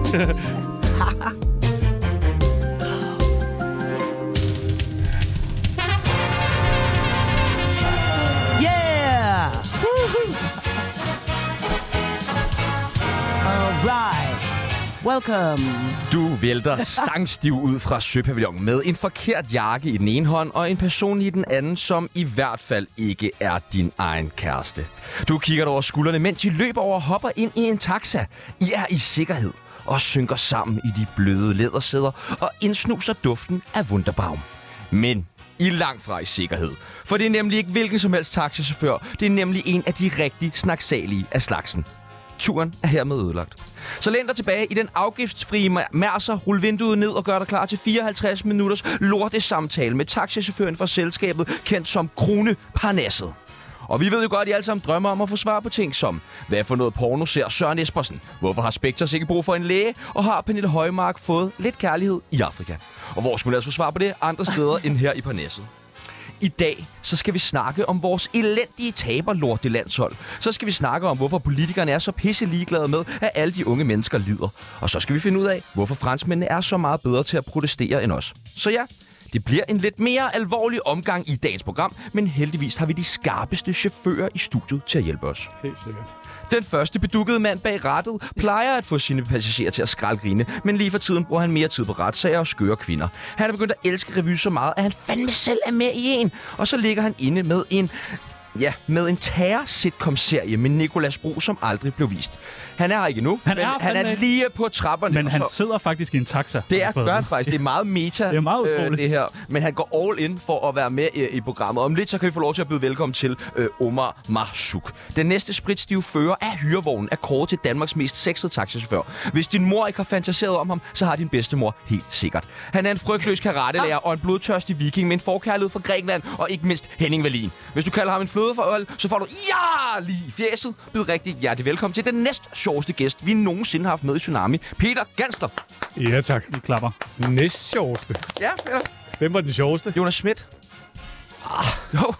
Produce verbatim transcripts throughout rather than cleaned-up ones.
Yeah! Alright. Welcome. Du vælter stangstiv ud fra Søpavillonen med en forkert jakke i den ene hånd og en person i den anden, som i hvert fald ikke er din egen kæreste. Du kigger over skuldrene, mens I løber over og hopper ind i en taxa. I er i sikkerhed og synker sammen i de bløde lædersæder og indsnuser duften af Wunderbaum. Men I er langt fra i sikkerhed, for det er nemlig ikke hvilken som helst taxachauffør. Det er nemlig en af de rigtig snaksalige af slagsen. Turen er hermed ødelagt. Så læn dig tilbage i den afgiftsfrie Mercer, rul vinduet ned og gør dig klar til fireoghalvtreds minutters lortesamtale med taxichaufføren fra selskabet, kendt som Krone Parnasset. Og vi ved jo godt, at I alle sammen drømmer om at få svar på ting som: hvad for noget porno ser Søren Espersen? Hvorfor har Spectres ikke brug for en læge? Og har Pernille Højmark fået lidt kærlighed i Afrika? Og hvor skulle vi altså få svar på det andre steder end her i Parnasset? I dag så skal vi snakke om vores elendige taberlort i landshold. Så skal vi snakke om, hvorfor politikerne er så pisse ligeglade med, at alle de unge mennesker lider. Og så skal vi finde ud af, hvorfor franskmændene er så meget bedre til at protestere end os. Så ja, det bliver en lidt mere alvorlig omgang i dagens program, men heldigvis har vi de skarpeste chauffører i studiet til at hjælpe os. Helt sikkert. Den første bedukkede mand bag rattet plejer at få sine passagerer til at skraldgrine, men lige for tiden bruger han mere tid på retssager og skøre kvinder. Han er begyndt at elske revy så meget, at han fandme selv er med i en. Og så ligger han inde med en, ja, med en terror-sitcom-serie med Nicolas Bro, som aldrig blev vist. Han er her ikke nu, han men er, han er lige på trapperne. Men han sidder faktisk i en taxa. Det er gør faktisk. Det er meget meta, det er meget øh, det her. Men han går all in for at være med i, i programmet. Om lidt så kan vi få lov til at byde velkommen til øh, Omar Marzouk. Den næste spritstive fører af hyrevognen er kåret til Danmarks mest sexede taxichauffør. Hvis din mor ikke har fantaseret om ham, så har din bedstemor helt sikkert. Han er en frygtløs karatelærer og en blodtørstig viking med en forkærlighed for Grækenland og ikke mindst Henning Wallin. Hvis du kalder ham en fløde for øl, så får du ja lige i fjeset. Byd rigtig hjertelig velkommen til den næste sjoveste gæst, vi nogensinde har haft med i Tsunami. Peter Ganster. Ja, tak. Vi klapper. Næst sjoveste. Ja, Peter. Hvem var den sjoveste? Jonas Schmidt. Ah, jo.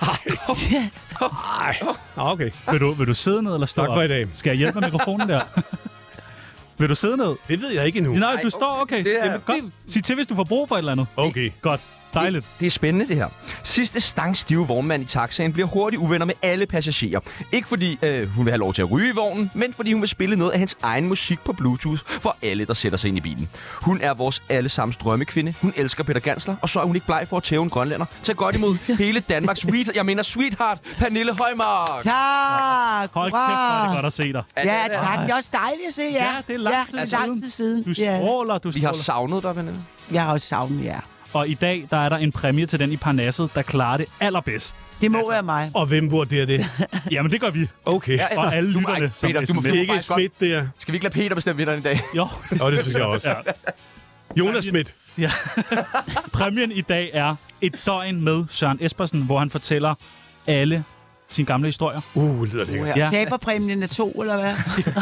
Nej. Nej. Okay. Vil du, vil du sidde ned eller stå tak op? for i dag. Skal jeg hjælpe med mikrofonen der? Vil du sidde ned? Det ved jeg ikke endnu. Nej, du står okay. Det er- Jamen, godt. Sig til, hvis du får brug for et eller andet. Okay. Godt. Dejligt. Det, det er spændende, det her. Sidste stangstive vognmand i taxaen bliver hurtigt uvenner med alle passagerer. Ikke fordi øh, hun vil have lov til at ryge i vognen, men fordi hun vil spille noget af hendes egen musik på Bluetooth for alle, der sætter sig ind i bilen. Hun er vores allesammens drømmekvinde. Hun elsker Peter Gansler, og så er hun ikke bleg for at tæve en grønlænder. Tag godt imod hele Danmarks sweet, jeg mener sweetheart, Pernille Højmark. Tak. Hold kæft, hvor er det godt at se dig. Ja, tak. Det er også dejligt at se jer. Ja, det er lang tid ja, siden. lang tid siden. Du Ja. stråler, du Vi har stråler. savnet dig, Pernille. Jeg har også savnet jer. Og i dag, der er der en præmie til den i Parnasset, der klarer det allerbedst. Det må være mig. Og hvem vurderer det? Jamen, det gør vi. Okay. Ja, Og alle Du må- lytterne, Ej, som Peter, du må er få- Det er ikke faktisk godt. Schmidt, det er. Skal vi ikke lade Peter bestemme vinderen i dag? Jo, det Og det synes jeg også. Ja. Jonas Schmidt. Ja. Præmien i dag er et døgn med Søren Espersen, hvor han fortæller alle sine gamle historier. Uh, lyder det ikke. Ja. Taberpræmien er to, eller hvad?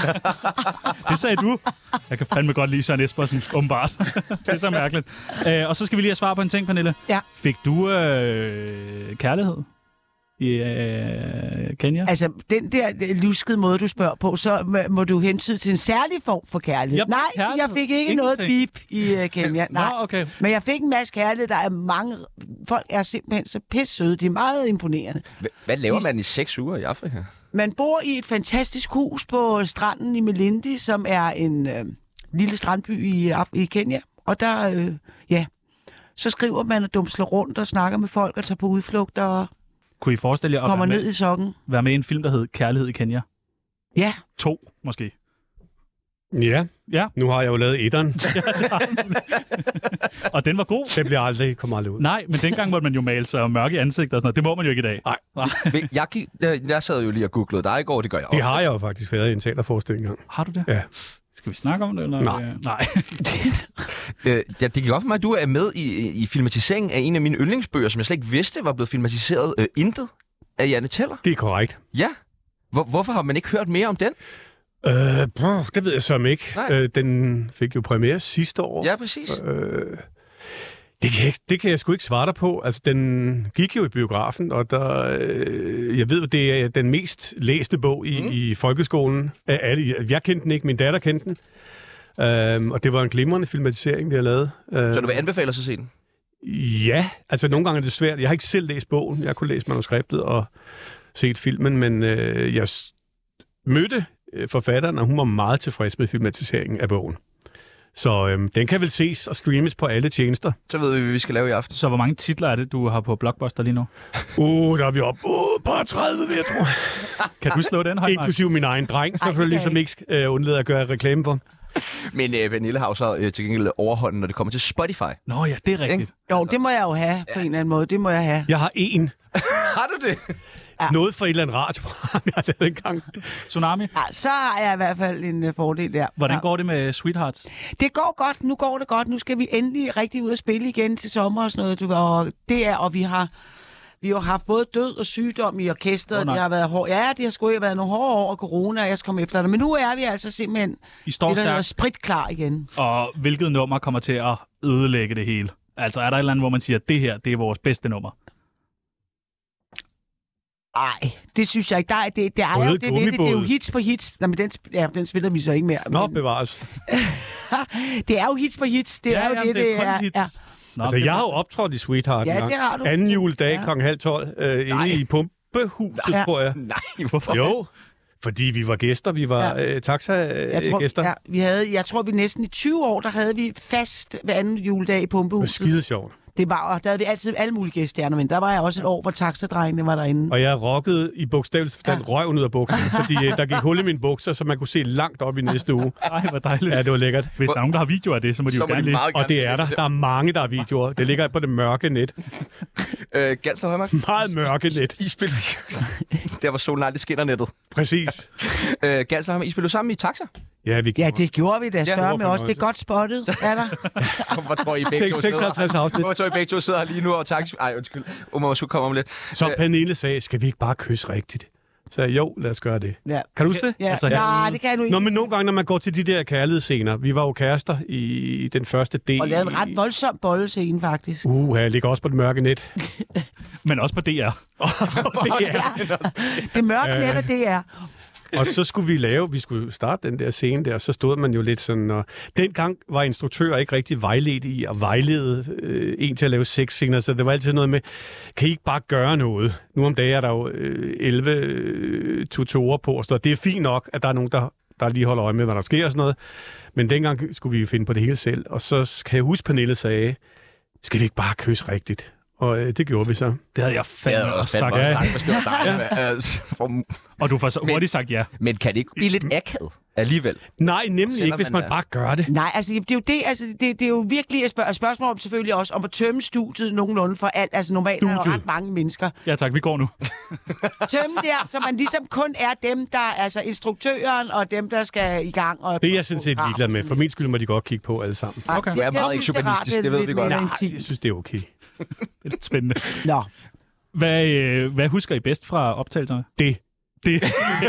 Det sagde du. Jeg kan fandme godt lide Søren Espersen, åbenbart. Det er så mærkeligt. Øh, og så skal vi lige have svar på en ting, Pernille. Ja. Fik du øh, kærlighed i øh, Kenya? Altså, den der luskede måde, du spørger på, så må- må du hensyde til en særlig form for kærlighed. Ja, Nej, kærlighed. jeg fik ikke Ingenting. noget bip i uh, Kenya. Nå, Nej. okay. Men jeg fik en masse kærlighed. Der er mange... Folk er simpelthen så pisse søde. De er meget imponerende. Hvad laver man i seks uger i Afrika? Man bor i et fantastisk hus på stranden i Malindi, som er en øh, lille strandby i, Af- i Kenya. Og der, øh, ja, så skriver man og dumsler rundt og snakker med folk og tager på udflugter og Kunne I forestille jer at kommer være ned med, i sokken. være med i en film, der hed Kærlighed i Kenya? Ja, To, måske. Ja, Ja, nu har jeg jo lavet etteren. og den var god. Det bliver aldrig, kommer aldrig ud. Nej, men dengang måtte man jo male sig mørke i ansigtet og sådan noget. Det må man jo ikke i dag. Nej. Ved- Jeg, gik, jeg, jeg sad jo lige og googlede dig i går, det gør jeg Det også. har jeg jo faktisk været i en teaterforestilling engang. Har du det? Ja. Skal vi snakke om det? Eller? Nej. Øh, Nej. Øh, ja, det gik op for mig, at du er med i, i filmatiseringen af en af mine yndlingsbøger, som jeg slet ikke vidste var blevet filmatiseret. Øh, Intet af Janne Teller. Det er korrekt. Ja. Hvor, hvorfor har man ikke hørt mere om den? Øh, brr, det ved jeg så ikke. Nej. Øh, den fik jo premiere sidste år. Ja, præcis. Øh, det, kan jeg, ikke- det kan jeg sgu ikke svare dig på. Altså, den gik jo i biografen, og der, øh, jeg ved, det er den mest læste bog i, mm. i folkeskolen af alle. Jeg kendte den ikke, min datter kendte den. Øhm, og det var en glimrende filmatisering, vi har lavet. Øhm, Så du vil anbefale os at se den? Ja, altså nogle gange er det svært. Jeg har ikke selv læst bogen. Jeg kunne læse manuskriptet og set filmen, men øh, jeg s- mødte øh, forfatteren, og hun var meget tilfreds med filmatiseringen af bogen. Så øhm, den kan vel ses og streames på alle tjenester. Så ved vi, hvad vi skal lave i aften. Så hvor mange titler er det, du har på Blockbuster lige nu? Uh, der er vi oppe. Uh, bare tredive, vil jeg tro. Kan du slå den højt, Mark? Inklusiv min egen dreng, selvfølgelig, Ej, som ikke øh, undlader at gøre reklame for. Men øh, Pernille har jo så øh, til gengæld overhånden, når det kommer til Spotify. Nå ja, det er rigtigt. Jo, det må jeg jo have på en eller anden måde. Det må jeg have. Jeg har en. Har du det? Ja. Noget for et eller andet radioprogram, jeg har lavet engang. Tsunami, Ja, så har jeg i hvert fald en uh, fordel der. hvordan Ja. går det med Sweethearts? Det går godt. Nu går det godt. Nu skal vi endelig rigtig ud og spille igen til sommer og sådan noget. Du- Og det er, og vi har vi har haft både død og sygdom i orkestret. Åh, nej. Det har været hår. Ja, det har sgu været nogle hårde år og corona, og jeg skal komme efter det. Men nu er vi altså simpelthen I står det, der hedder stærkt, spritklar igen. og hvilket nummer kommer til at ødelægge det hele? Altså er der et eller andet, hvor man siger, at det her, det er vores bedste nummer? Nej, det synes jeg ikke. Der er, det, det, er Røde jo, det, det, det, det er jo gummibåde. hits på hits. Nej, men den, sp- ja, den spiller vi så ikke mere. Nå, Men, bevares. det er jo hits på hits. Det Ja, er jo ja, det, det er kun er. hits. Ja. Nå, Altså, det- jeg har jo optrådt i Sweetheart Ja, en gang. det har du. Anden juledag Ja. klokken halv tolv, øh, inde i Pumpehuset, Ja. tror jeg. Nej, hvorfor? Jo, fordi vi var gæster. Vi var Ja. øh, Jeg tror, taxa-gæster. ja, vi havde, jeg tror, vi næsten i tyve år, der havde vi fast hver anden juledag i Det var Pumpehuset. skide sjovt. Det var, og der havde vi altid alle mulige gæststjerner, men der var jeg også et år, hvor taxadrengene var derinde. Og jeg rockede i bogstavelig forstand Ja. røven ud af bukserne, fordi øh, der gik hul i mine bukser, så man kunne se langt op i næste uge. Ej, hvor dejligt. Ja, det var lækkert. Hvis der er nogen, der har videoer af det, så må de Så jo må gerne de lige... meget gerne... Og det er der. Der er mange, der har videoer. Det ligger på det mørke net. Øh, Gansler Højmark? Meget mørke net. I spiller... Der var solen aldrig skinner nettet. Præcis. Øh, Gansler Højmark, I spiller sammen i taxa? Ja, vi Ja, det gjorde vi da. Ja, Sørme hvorfor også. Det er også? godt spottet, er der? Hvor tror I begge to sidder? seksoghalvtreds afsnit. Hvor tror I begge to sidder lige nu og taxi... Ej, undskyld. Oma skulle komme om lidt. Så Pernille sagde, skal vi ikke bare kysse rigtigt? Så jeg, jo, lad os gøre det. Ja. Kan du huske det? Ja, Altså, altså, nej, det kan jeg nu ikke. Nå, men nogle gange, når man går til de der kærlighedsscener, vi var jo kærester i den første del. Og lavede en ret voldsom bollescene, faktisk. Uh, jeg ligger også på det mørke net. Men også på D R. det er. Det mørke net af det er. Og så skulle vi lave, vi skulle starte den der scene der, og så stod man jo lidt sådan, og dengang var instruktører ikke rigtig vejledt i at vejlede øh, en til at lave sexscener, så det var altid noget med, kan I ikke bare gøre noget? Nu om dagen er der jo øh, elleve øh, tutorer på, og så det er fint nok, at der er nogen, der, der lige holder øje med, hvad der sker og sådan noget, men dengang skulle vi jo finde på det hele selv, og så kan jeg huske, Pernille sagde, skal vi ikke bare kysse rigtigt? Og øh, det gjorde vi så. Det havde jeg fandme også sagt. Ja. Ja. Sagt, det var dig. Altså, for- Og du får så Men- hurtigt sagt ja. Men kan det ikke blive lidt akavet alligevel? Nej, nemlig Selvom ikke, hvis man man er- bare gør det. Nej, altså det er jo det, altså det, det er jo virkelig et, spørg- et spørgsmål om selvfølgelig også om at tømme studiet nogenlunde for alt. Altså normalt er der jo Studiet. ret mange mennesker. Ja tak, vi går nu. Tømme der, så man ligesom kun er dem, der altså instruktøren og dem, der skal i gang. Og, Det er jeg sådan set ligeglad med. For min skyld må de godt kigge på alle sammen. Okay. Du er meget ekshumanistisk, det ved vi godt. Nej, jeg synes, det er okay. Det er lidt spændende. Nå, Hvad, øh, hvad husker I bedst fra optagelserne? Det. Det.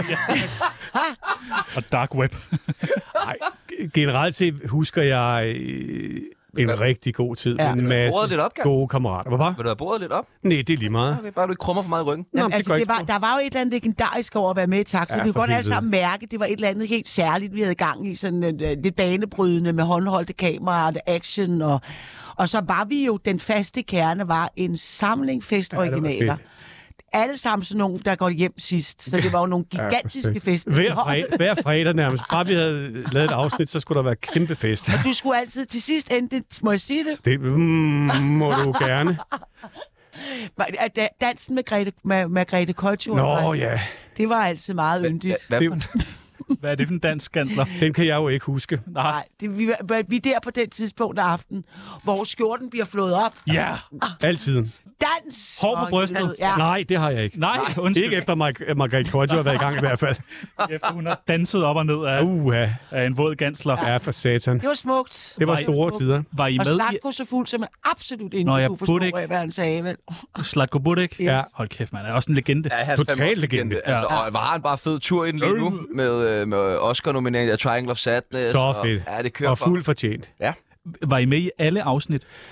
Og Dark Web. Nej, generelt set husker jeg øh, en rigtig god tid Ja. med en Vil du have boret masse lidt op, Gert? gode kammerater. Hvad var? Vil du have boret lidt op? Nej, det er lige meget. Okay, bare du ikke krummer for meget i ryggen. Nå, jamen, det altså, gør det ikke var, der var jo et eller andet legendarisk over at være med i Taxa. Ja, Vi kunne for godt alle helvede. sammen mærke, at det var et eller andet helt særligt, vi havde gang i. Sådan uh, lidt banebrydende med håndholdte kameraer og action. Og, og så var vi jo, den faste kerne var en samling festoriginaler. Ja, det var fedt. Alle sammen sådan nogle, der går hjem sidst. Så det var jo nogle gigantiske Ja, fester. Hver, fredag, hver fredag nærmest. Bare vi havde lavet et afsnit, så skulle der være kæmpe fest. Du skulle altid til sidst ende det, må jeg sige det? Det mm, må du gerne. Var- da- Dansen med Grete, med, med Grete Koldjord. Nå ja, Det var altid meget yndigt. Hvad, det, Hvad er det for en dansk kansler? den kan jeg jo ikke huske. Nej. Nej, det, vi, vi er der på den tidspunkt af aftenen, hvor skjorten bliver flået op. Ja. Altid. Dans! Hår på Og- brystet. Ja. Nej, det har jeg ikke. Nej, undskyld. Ikke efter Mar- Margrethe Koldjord har været i gang i hvert fald. Efter hun har danset op og ned af, Uha, af en våd gansler. ja for satan. Det var smukt. Det var Nej. store tider. Var I Og med Slatko så fuld, som man absolut ikke Nå, jeg kunne forstå, burde ikke. af, hvad han sagde. Vel? i Slatko Budik? Yes. Ja. Hold kæft, man. Er også en legende. Ja, han er Total fandme også legende. Altså, og var han bare fed tur ind lige nu med, øh, med Oscar-nominering af Triangle of Sadness. Så og- fedt. Ja, det kører Og for. fuldt fortjent. Ja. Var I med i alle afsnit?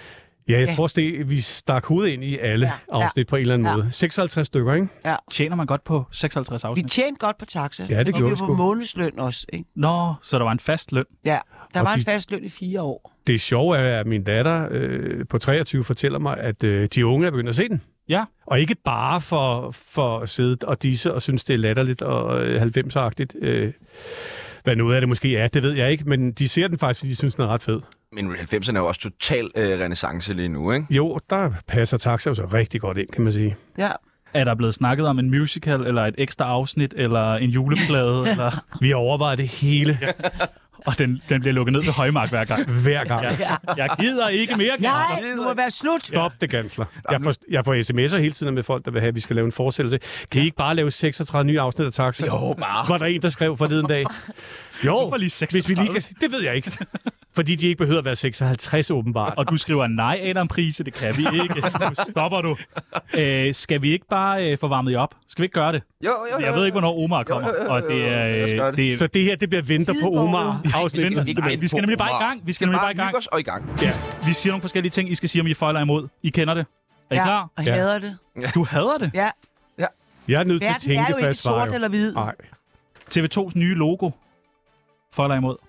Ja, jeg Ja. tror også, det, vi stak hovedet ind i alle Ja, ja. afsnit på en eller anden Ja. måde. seksoghalvtreds stykker, ikke? Tjener man godt på seksoghalvtreds Vi afsnit? tjente godt på taxa. Ja, det og gjorde vi vi var sgu. på månedsløn også, ikke? Nå, så der var en fast løn. Ja, der Og var en de- fast løn i fire år. Det sjove er, at min datter øh, på treogtyve fortæller mig, at øh, de unge er begyndt at se den. Ja. Og ikke bare for, for at sidde og disse og synes, det er latterligt og øh, halvfemser-agtigt. Øh, hvad noget af det måske er, det ved jeg ikke. Men de ser den faktisk, fordi de synes, den er ret fed. Men halvfemserne er jo også total øh, renaissance lige nu, ikke? Jo, der passer Taxa jo så rigtig godt ind, kan man sige. Ja. Er der blevet snakket om en musical, eller et ekstra afsnit, eller en juleplade? eller... Vi har overvejet det hele, Og den, den bliver lukket ned ved Højmark hver gang. hver gang. Ja. Jeg gider ikke mere. Nej, Kasper. nu må være slut. Stop det, Gansler. Jeg får, jeg får sms'er hele tiden med folk, der vil have, at vi skal lave en fortsættelse. Kan I ikke bare lave seksogtredive nye afsnit af Taxa? Jo, bare. Var der en, der skrev forleden dag? Jo, Hvorfor lige hvis vi lige seksogtredive? kan, det ved jeg ikke. Fordi de ikke behøver at være seksoghalvtreds åbenbart. Og du skriver, nej, Adam Prise, det kan vi ikke. Nu stopper du. Øh, skal vi ikke bare øh, få varmet jer op? Skal vi ikke gøre det? Jo, jo, jo. Jeg ved ikke, hvornår Omar kommer. Jo, jo, jo, Og det er... lad os gøre det. det er Så det her, det bliver venter på Omar afsnit. Venter. Ikke Nej, vente vi skal på nemlig bare i Omar. gang. Vi skal nemlig bare i gang. hygge os og i gang. Ja. Vi siger nogle forskellige ting. I skal sige, om I for eller imod. I kender det. Er I Ja, klar? og Ja. hader det. Du hader det. Ja, Jeg er nødt til at verden tænke, er jo før ikke jeg svarer. sort eller hvid. Nej. T V tos nye logo. For eller imod.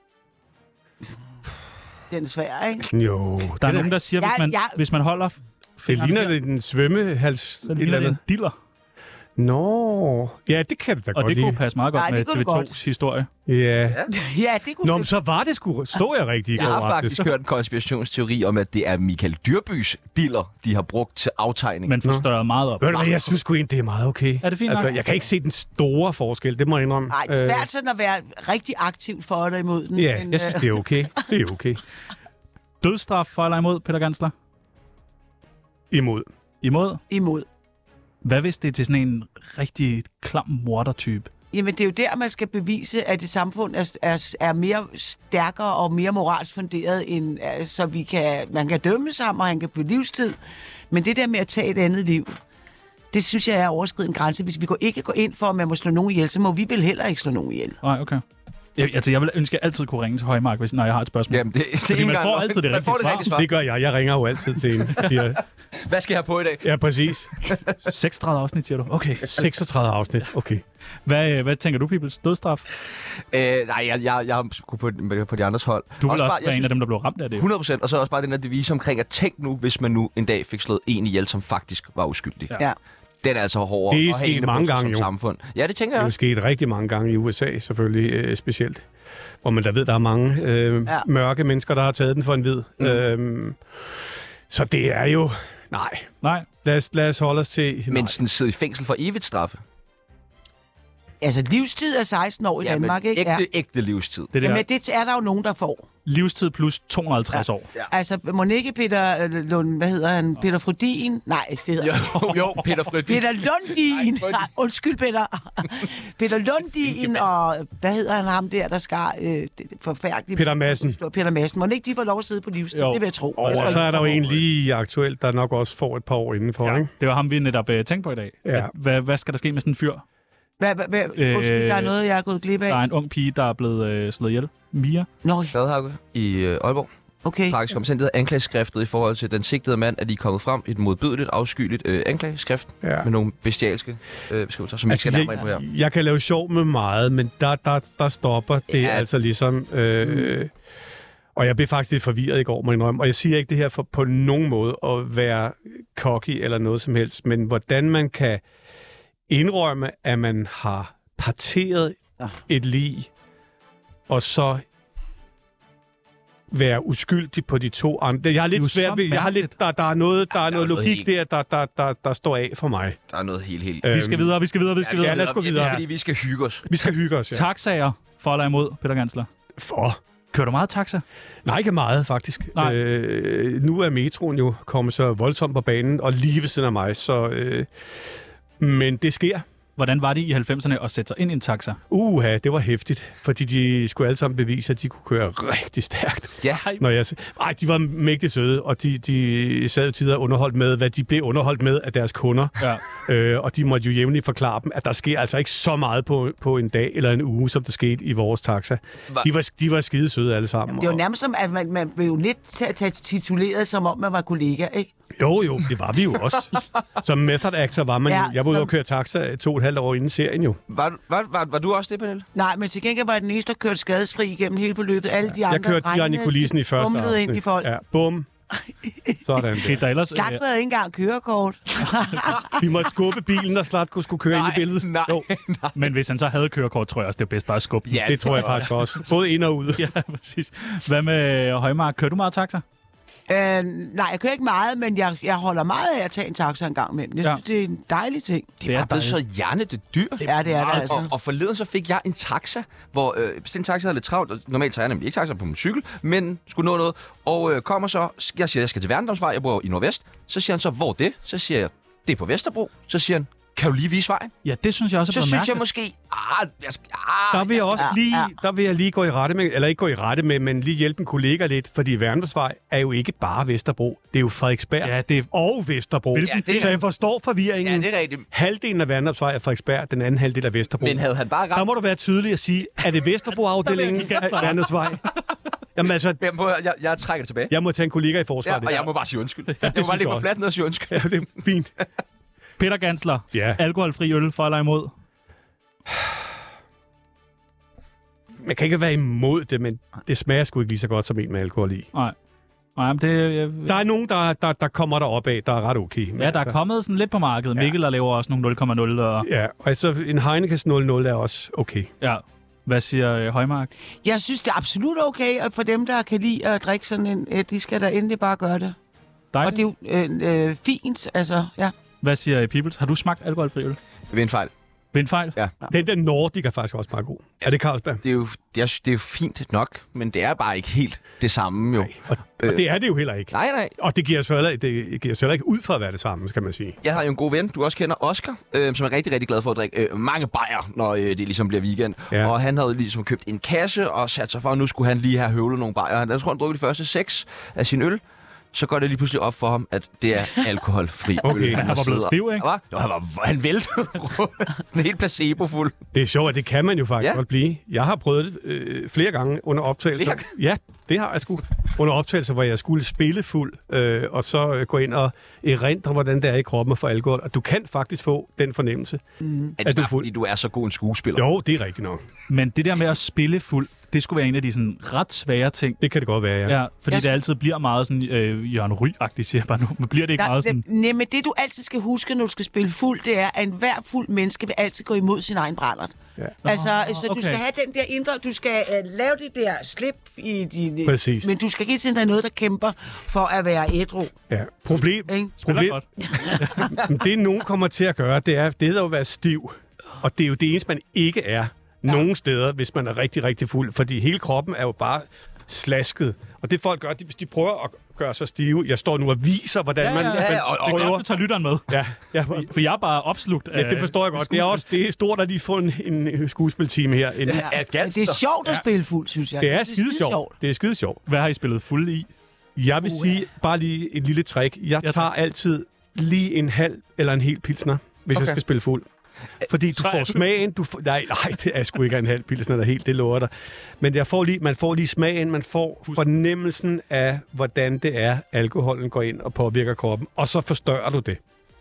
Den er svær, ikke? Jo. Der er det nogen, der siger, hvis Ja, man, ja. hvis man holder Det fingeren ligner her, det en svømmehals. så et ligner eller det en andet. diller. Nå. Ja, det kan det da Og godt det lide. kunne passe meget godt Nej, med det kunne T V det tos godt. historie. Ja. Ja, det kunne Nå, det. men så var det sgu. Så jeg rigtig i Jeg går har aftes. faktisk hørt en konspirationsteori om, at det er Michael Dyrbys diller, de har brugt til aftegning. Men forstørret meget op. Ved du hvad, jeg synes sgu egentlig, det er meget okay. Er det fint Altså, nok? jeg kan ikke se den store forskel, det må jeg indrømme. Nej, det er svært sådan at være rigtig aktiv for dig imod den. Øh, ja, men, jeg synes, øh, det er okay. Det er okay. Dødsstraf for eller imod, Peter Gansler? Imod. Imod. Imod. Hvad hvis det er til sådan en rigtig klam mordertype? Jamen, det er jo der, man skal bevise, at det samfund er, er, er mere stærkere og mere moralsk funderet, end, altså, så vi kan, man kan dømme sammen, og han kan få livstid. Men det der med at tage et andet liv, det synes jeg er overskridt en grænse. Hvis vi går, ikke går ind for, at man må slå nogen ihjel, så må vi vel heller ikke slå nogen ihjel. Nej, okay. Jeg, altså, jeg vil ønske, at jeg altid kunne ringe til Højmark, hvis, når jeg har et spørgsmål. Jamen, det, det er Fordi ikke man engang får løgn. altid det Man får rigtige det rigtige svar. Det gør jeg. Jeg ringer jo altid til en. Siger, Hvad skal jeg have på i dag? ja, præcis. seksogtredive afsnit, siger du? Okay. seksogtredive afsnit. Okay. Hvad, øh, hvad tænker du, Pibels? Dødsstraf? Øh, nej, jeg, jeg, jeg er sgu på, på de andres hold. Du vil også, bare, også være en af dem, der blev ramt af det. hundrede procent, og så også bare den der devise omkring, at tænk nu, hvis man nu en dag fik slået en ihjel, som faktisk var uskyldig. Ja. Ja. Den er altså hård Det er at have sket inde på mange sig gange, som jo. samfund. Ja, det tænker Det er jeg jo også. sket rigtig mange gange i U S A, selvfølgelig øh, specielt. Hvor man da ved, der er mange øh, Ja. mørke mennesker, der har taget den for en hvid. Mm. Øhm, så det er jo... Nej, Nej. lad os, lad os holde os til... Men sådan sidde i fængsel for evigt straffe. Altså, livstid er seksten år i Ja, men Danmark, ikke? ægte, Ja. ægte livstid. Det er det Jamen, der det er der jo nogen, der får. livstid plus to hundrede og halvtreds Ja. år. Altså, Monique Peter øh, Lund, hvad hedder han? Peter Frodin? Nej, det hedder Jo, jo, Peter Frødin. Peter Lundin. Nej, Nej, undskyld, Peter. Peter Lundin og hvad hedder han ham der, der skar øh, det forfærdeligt. Peter Madsen. Peter Madsen. Må ikke de få lov at sidde på livstid? Jo. Det vil jeg tro. Og Jeg tror så er ikke, der jo de en får- lige aktuelt, der nok også får et par år indenfor, Ja, ikke? det var ham, vi netop uh, tænkte på i dag. Ja. At, hvad, hvad skal der ske med sådan en fyr? Hvad, hvad, hvad, undskyld, der er noget, jeg er gået glip Der er af. en ung pige, der er blevet uh, slået ihjel. Mia. Nå, Badhakke i øh, Aalborg. okay. Tragisk omstændighed. Anklageskriftet i forhold til den sigtede mand, at de er kommet frem i et modbydeligt, afskyeligt øh, anklageskrift Ja. med nogle bestialske øh, beskrivelser, som vi Altså, skal nærmere ind på her. jeg, jeg kan lave sjov med meget, men der, der, der stopper det Ja. altså ligesom... Øh, og jeg blev faktisk lidt forvirret i går, må jeg indrømme. Og jeg siger ikke det her for på nogen måde at være cocky eller noget som helst, men hvordan man kan indrømme, at man har parteret Ah. et lig, og så være uskyldig på de to andre. Jeg har Det er jo lidt så svært ved, jeg har lidt, der, der er noget, der er noget noget logik helt- der, der, der, der, der står af for mig. Der er noget helt, helt... Vi skal videre, vi skal videre, vi skal Ja, videre. lad os gå videre. Ja, fordi vi skal hygge os. Vi skal hygge os, ja. Taxaer for eller imod, Peter Gansler. For? Kører du meget taxa? Nej, ikke meget, faktisk. Nej. Øh, nu er metroen jo kommet så voldsomt på banen, og lige ved siden af mig, så... Øh, men det sker. Hvordan var det i halvfemserne at sætte sig ind i en taxa? Uha, det var hæftigt, fordi de skulle alle sammen bevise, at de kunne køre rigtig stærkt. Ja. Når jeg, ej, de var mægtig søde, og de, de sad jo tider underholdt med, hvad de blev underholdt med af deres kunder. Ja. Øh, og de måtte jo jævnligt forklare dem, at der sker altså ikke så meget på, på en dag eller en uge, som der skete i vores taxa. Hva? De var, de var skide søde alle sammen. Det er jo nærmest som, at man, man blev jo lidt tituleret, som om man var kollega, ikke? Jo, jo, det var vi jo også. Som method actor var man Ja, jo. Jeg var ude som- og køre taxa to og et halvt år inden serien jo. Var, var, var, var du også det, Pernille? Nej, men til gengæld var jeg den eneste, der kørte skadesfri igennem hele forløbet. Alle de andre Jeg kørte direkte i kulissen i første bumlede afsnit. ind i folk. Ja, bum. Sådan Skete der. der ellers... Slatko havde ikke engang kørekort. Vi måtte skubbe bilen, og Slatko skulle køre ind i billedet. nej, Jo, nej. Men hvis han så havde kørekort, tror jeg også, det er bedst bare at skubbe den. Ja, det tror jeg faktisk også. Både ind og ud. Ja, præcis. Hvad med Højmark? Kører du meget taxa? Øh, nej, jeg kører ikke meget, men jeg, jeg holder meget af at tage en taxa en gang imellem. Jeg Ja. synes, det er en dejlig ting. Det er blevet så hjernedødt dyrt. Ja, det er det altså. Og, og forleden så fik jeg en taxa, hvor øh, hvis den taxa havde lidt travlt, og normalt tager jeg nemlig ikke taxa på min cykel, men skulle nå noget, og øh, kommer så, jeg siger, jeg skal til Værndomsvej, jeg bor i Nordvest, så siger han så, hvor det? Så siger jeg, det er på Vesterbro. Så siger han, kan du lige vise vejen? Ja, det synes jeg også er Så blevet synes mærkeligt. jeg måske, ah, jeg skal, ah, Der vil jeg også Ja, lige, ja. der vil jeg lige gå i rette med, eller ikke gå i rette med, men lige hjælpe en kollega lidt, fordi Værndomsvej er jo ikke bare Vesterbro. Det er jo Frederiksberg Ja, det er... og Vesterbro. Ja, det er- Så jeg forstår forvirringen. Ja, det er rigtigt. Halvdelen af Værndomsvej er Frederiksberg, den anden halvdel er Vesterbro. Men havde han bare Der ramt... må du være tydelig at sige, er det Vesterbro-afdelingen af Værndomsvej? Jamen altså, Jeg, må, jeg, jeg trækker det tilbage. jeg må tage en kollega i forsvar. Ja, det og her. jeg må bare sige undskyld. Jeg det må bare synes ligge jeg på fladt ned og sige undskyld. Ja, det er fint. Peter Gansler. Ja. Alkoholfri øl, for eller imod? Man kan ikke være imod det, men det smager sgu ikke lige så godt som en med alkohol i. Nej. Nej, men det... Jeg... Der er nogen, der, der, der kommer derop af, der er ret okay. Men Ja, der er kommet sådan lidt på markedet. Mikkel, der laver også nogle nul komma nul. Og... Ja, og altså en Heinekens nul nul er også okay. Ja. Hvad siger øh, Højmark? Jeg synes, det er absolut okay, og for dem, der kan lide at drikke sådan en, øh, de skal da endelig bare gøre det. Og Dejligt. det er jo øh, øh, fint, altså, ja. Hvad siger Peoples? Har du smagt alkoholfri øl? Det er en fejl. Ved en fejl? Ja. Den der Nordic er faktisk også meget god. Er det Carlsberg? Det er, jo, det, er, det er jo fint nok, men det er bare ikke helt det samme jo. Nej, og, og det er det jo heller ikke. Nej, nej. Og det giver så heller, det giver så heller ikke ud for at være det samme, skal man sige. Jeg har jo en god ven, du også kender, Oscar, øh, som er rigtig, rigtig glad for at drikke øh, mange bajer, når øh, det ligesom bliver weekend. Ja. Og han havde ligesom købt en kasse og sat sig for, at nu skulle han lige have høvlet nogle bajer. Han jeg tror, han drukket de første seks af sin øl. Så går det lige pludselig op for ham, at det er alkoholfri Okay. øl. Han var blevet stiv, ikke? Hva? Jo, han, var, han væltede. Helt placebo-fuld. Det er sjovt, at det kan man jo faktisk Ja. godt blive. Jeg har prøvet det øh, flere gange under optagelser. Flere Ja, det har jeg sgu. Under optagelser, hvor jeg skulle spille fuld, øh, og så øh, gå ind og erindre, hvordan det er i kroppen at få alkohol. Og du kan faktisk få den fornemmelse. Mm. Er det Er bare, du fuld? fordi du er så god en skuespiller? Jo, det er rigtigt nok. Men det der med at spille fuld, det skulle være en af de sådan ret svære ting. Det kan det godt være, ja. Ja, fordi Jeg det altid bliver meget sådan øh, Jørgen Ryg-agtigt, siger jeg bare nu. Men bliver det ikke meget sådan... Nej, men det du altid skal huske, når du skal spille fuld, det er, at enhver fuld menneske vil altid gå imod sin egen brændert. Ja. Altså, Nå, så du okay. skal have den der indre, du skal uh, lave det der slip i din... Præcis. Men du skal hele tiden have noget, der kæmper for at være ædru, ja. Problem, ikke? Spiller problem, godt. Men det, nogen kommer til at gøre, det er, det hedder jo at være stiv. Og det er jo det eneste, man ikke er nogen steder, hvis man er rigtig, rigtig fuld. Fordi hele kroppen er jo bare slasket. Og det folk gør, de, hvis de prøver at gøre sig stive. Jeg står nu og viser, hvordan Ja, man... ja, ja. man og- og- Det er prøver. godt, du tager lytteren med. Ja, ja, For jeg er bare opslugt af... ja, det forstår jeg godt. Det er også det er stort at lige få en, en skuespilteam her. En, Ja. Men det er sjovt at spille fuld, synes jeg. det er skide skide sjovt. Det er skide sjovt. Hvad har I spillet fuld i? Jeg vil Uh, sige bare lige et lille trick. Jeg Ja, tager tak. altid lige en halv eller en hel pilsner, hvis okay. jeg Okay. skal spille fuld. Fordi du Så er får du- smagen. Du får, nej, nej, det er sgu ikke en halv pilsner, der helt, det lover dig. Men jeg får lige, man får lige smagen, man får fornemmelsen af, hvordan det er, alkoholen går ind og påvirker kroppen. Og så forstørrer du det.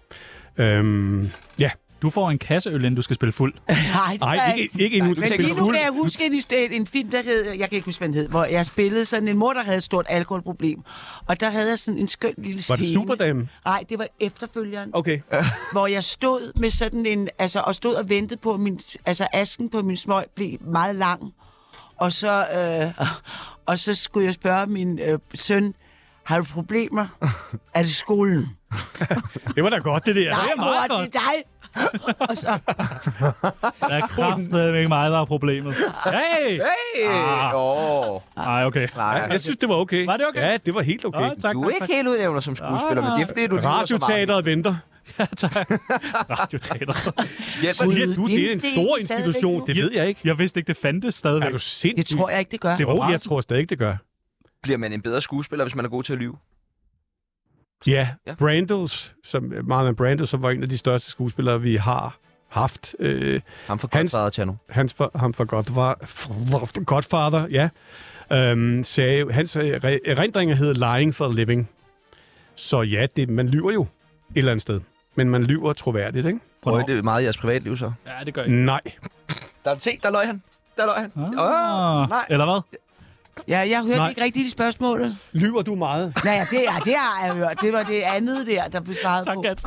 Øhm, ja, Du får en kasseøl, inden du skal spille fuld. Nej, det nej, er ikke, ikke endnu. Du Men skal lige spille nu fuld. kan jeg huske en, en, en film, der hed, jeg kan ikke huske, hvad den hed, hvor jeg spillede sådan en mor, der havde et stort alkoholproblem. Og der havde jeg sådan en skøn lille Var det scene. Superdame? Nej, det var efterfølgeren, Okay. hvor jeg stod med sådan en, altså, og stod og ventede på, min, altså asken på min smøg blev meget lang. Og så, øh, og så skulle jeg spørge min øh, søn, har du problemer? Er det skolen? Det var da godt, det der. Nej, er meget mor, det er dig. Og så, Der er kraftedeme ikke mig, der er problemet. Hey! Hey! Ah. Åh. Nej, okay. Nej, Jeg synes, det var okay. Var det okay? Ja, det var helt okay. Nå, tak, du er tak, ikke tak. helt udnævner som skuespiller, men det er fordi, du lyder så meget. Radioteateret venter. Ja, tak. Radioteater. Ja, Siger du, det er en stor institution? Det ved jeg ikke. Jeg vidste ikke, det fandtes stadigvæk. Er du sindssyg? Det tror jeg ikke, det gør. Det var Jo, meget- jeg tror stadig ikke, det gør. bliver man en bedre skuespiller, hvis man er god til at lyve? Ja, Ja. Brandos, som, Marlon Brando, som var en af de største skuespillere, vi har haft. Øh, Ham for Hans- Godfather, Tjerno. hans for, ham for Godfather, Godfather ja, øhm, sagde, hans øh, re- erindringer hed Lying for a Living. Så ja, det, man lyver jo et eller andet sted. Men man lyver troværdigt, ikke? Prøv det er meget i jeres privatliv, så. Ja, det gør jeg. Nej. Der, se, der løg han. Der løg han. Ah, Åh, nej. Eller hvad? Ja, jeg hørte Nej. ikke rigtigt i spørgsmålet. Lyver du meget? Nej, ja, det, ja, det har jeg hørt. Det var det andet der, der blev svaret Tak, på. Gats.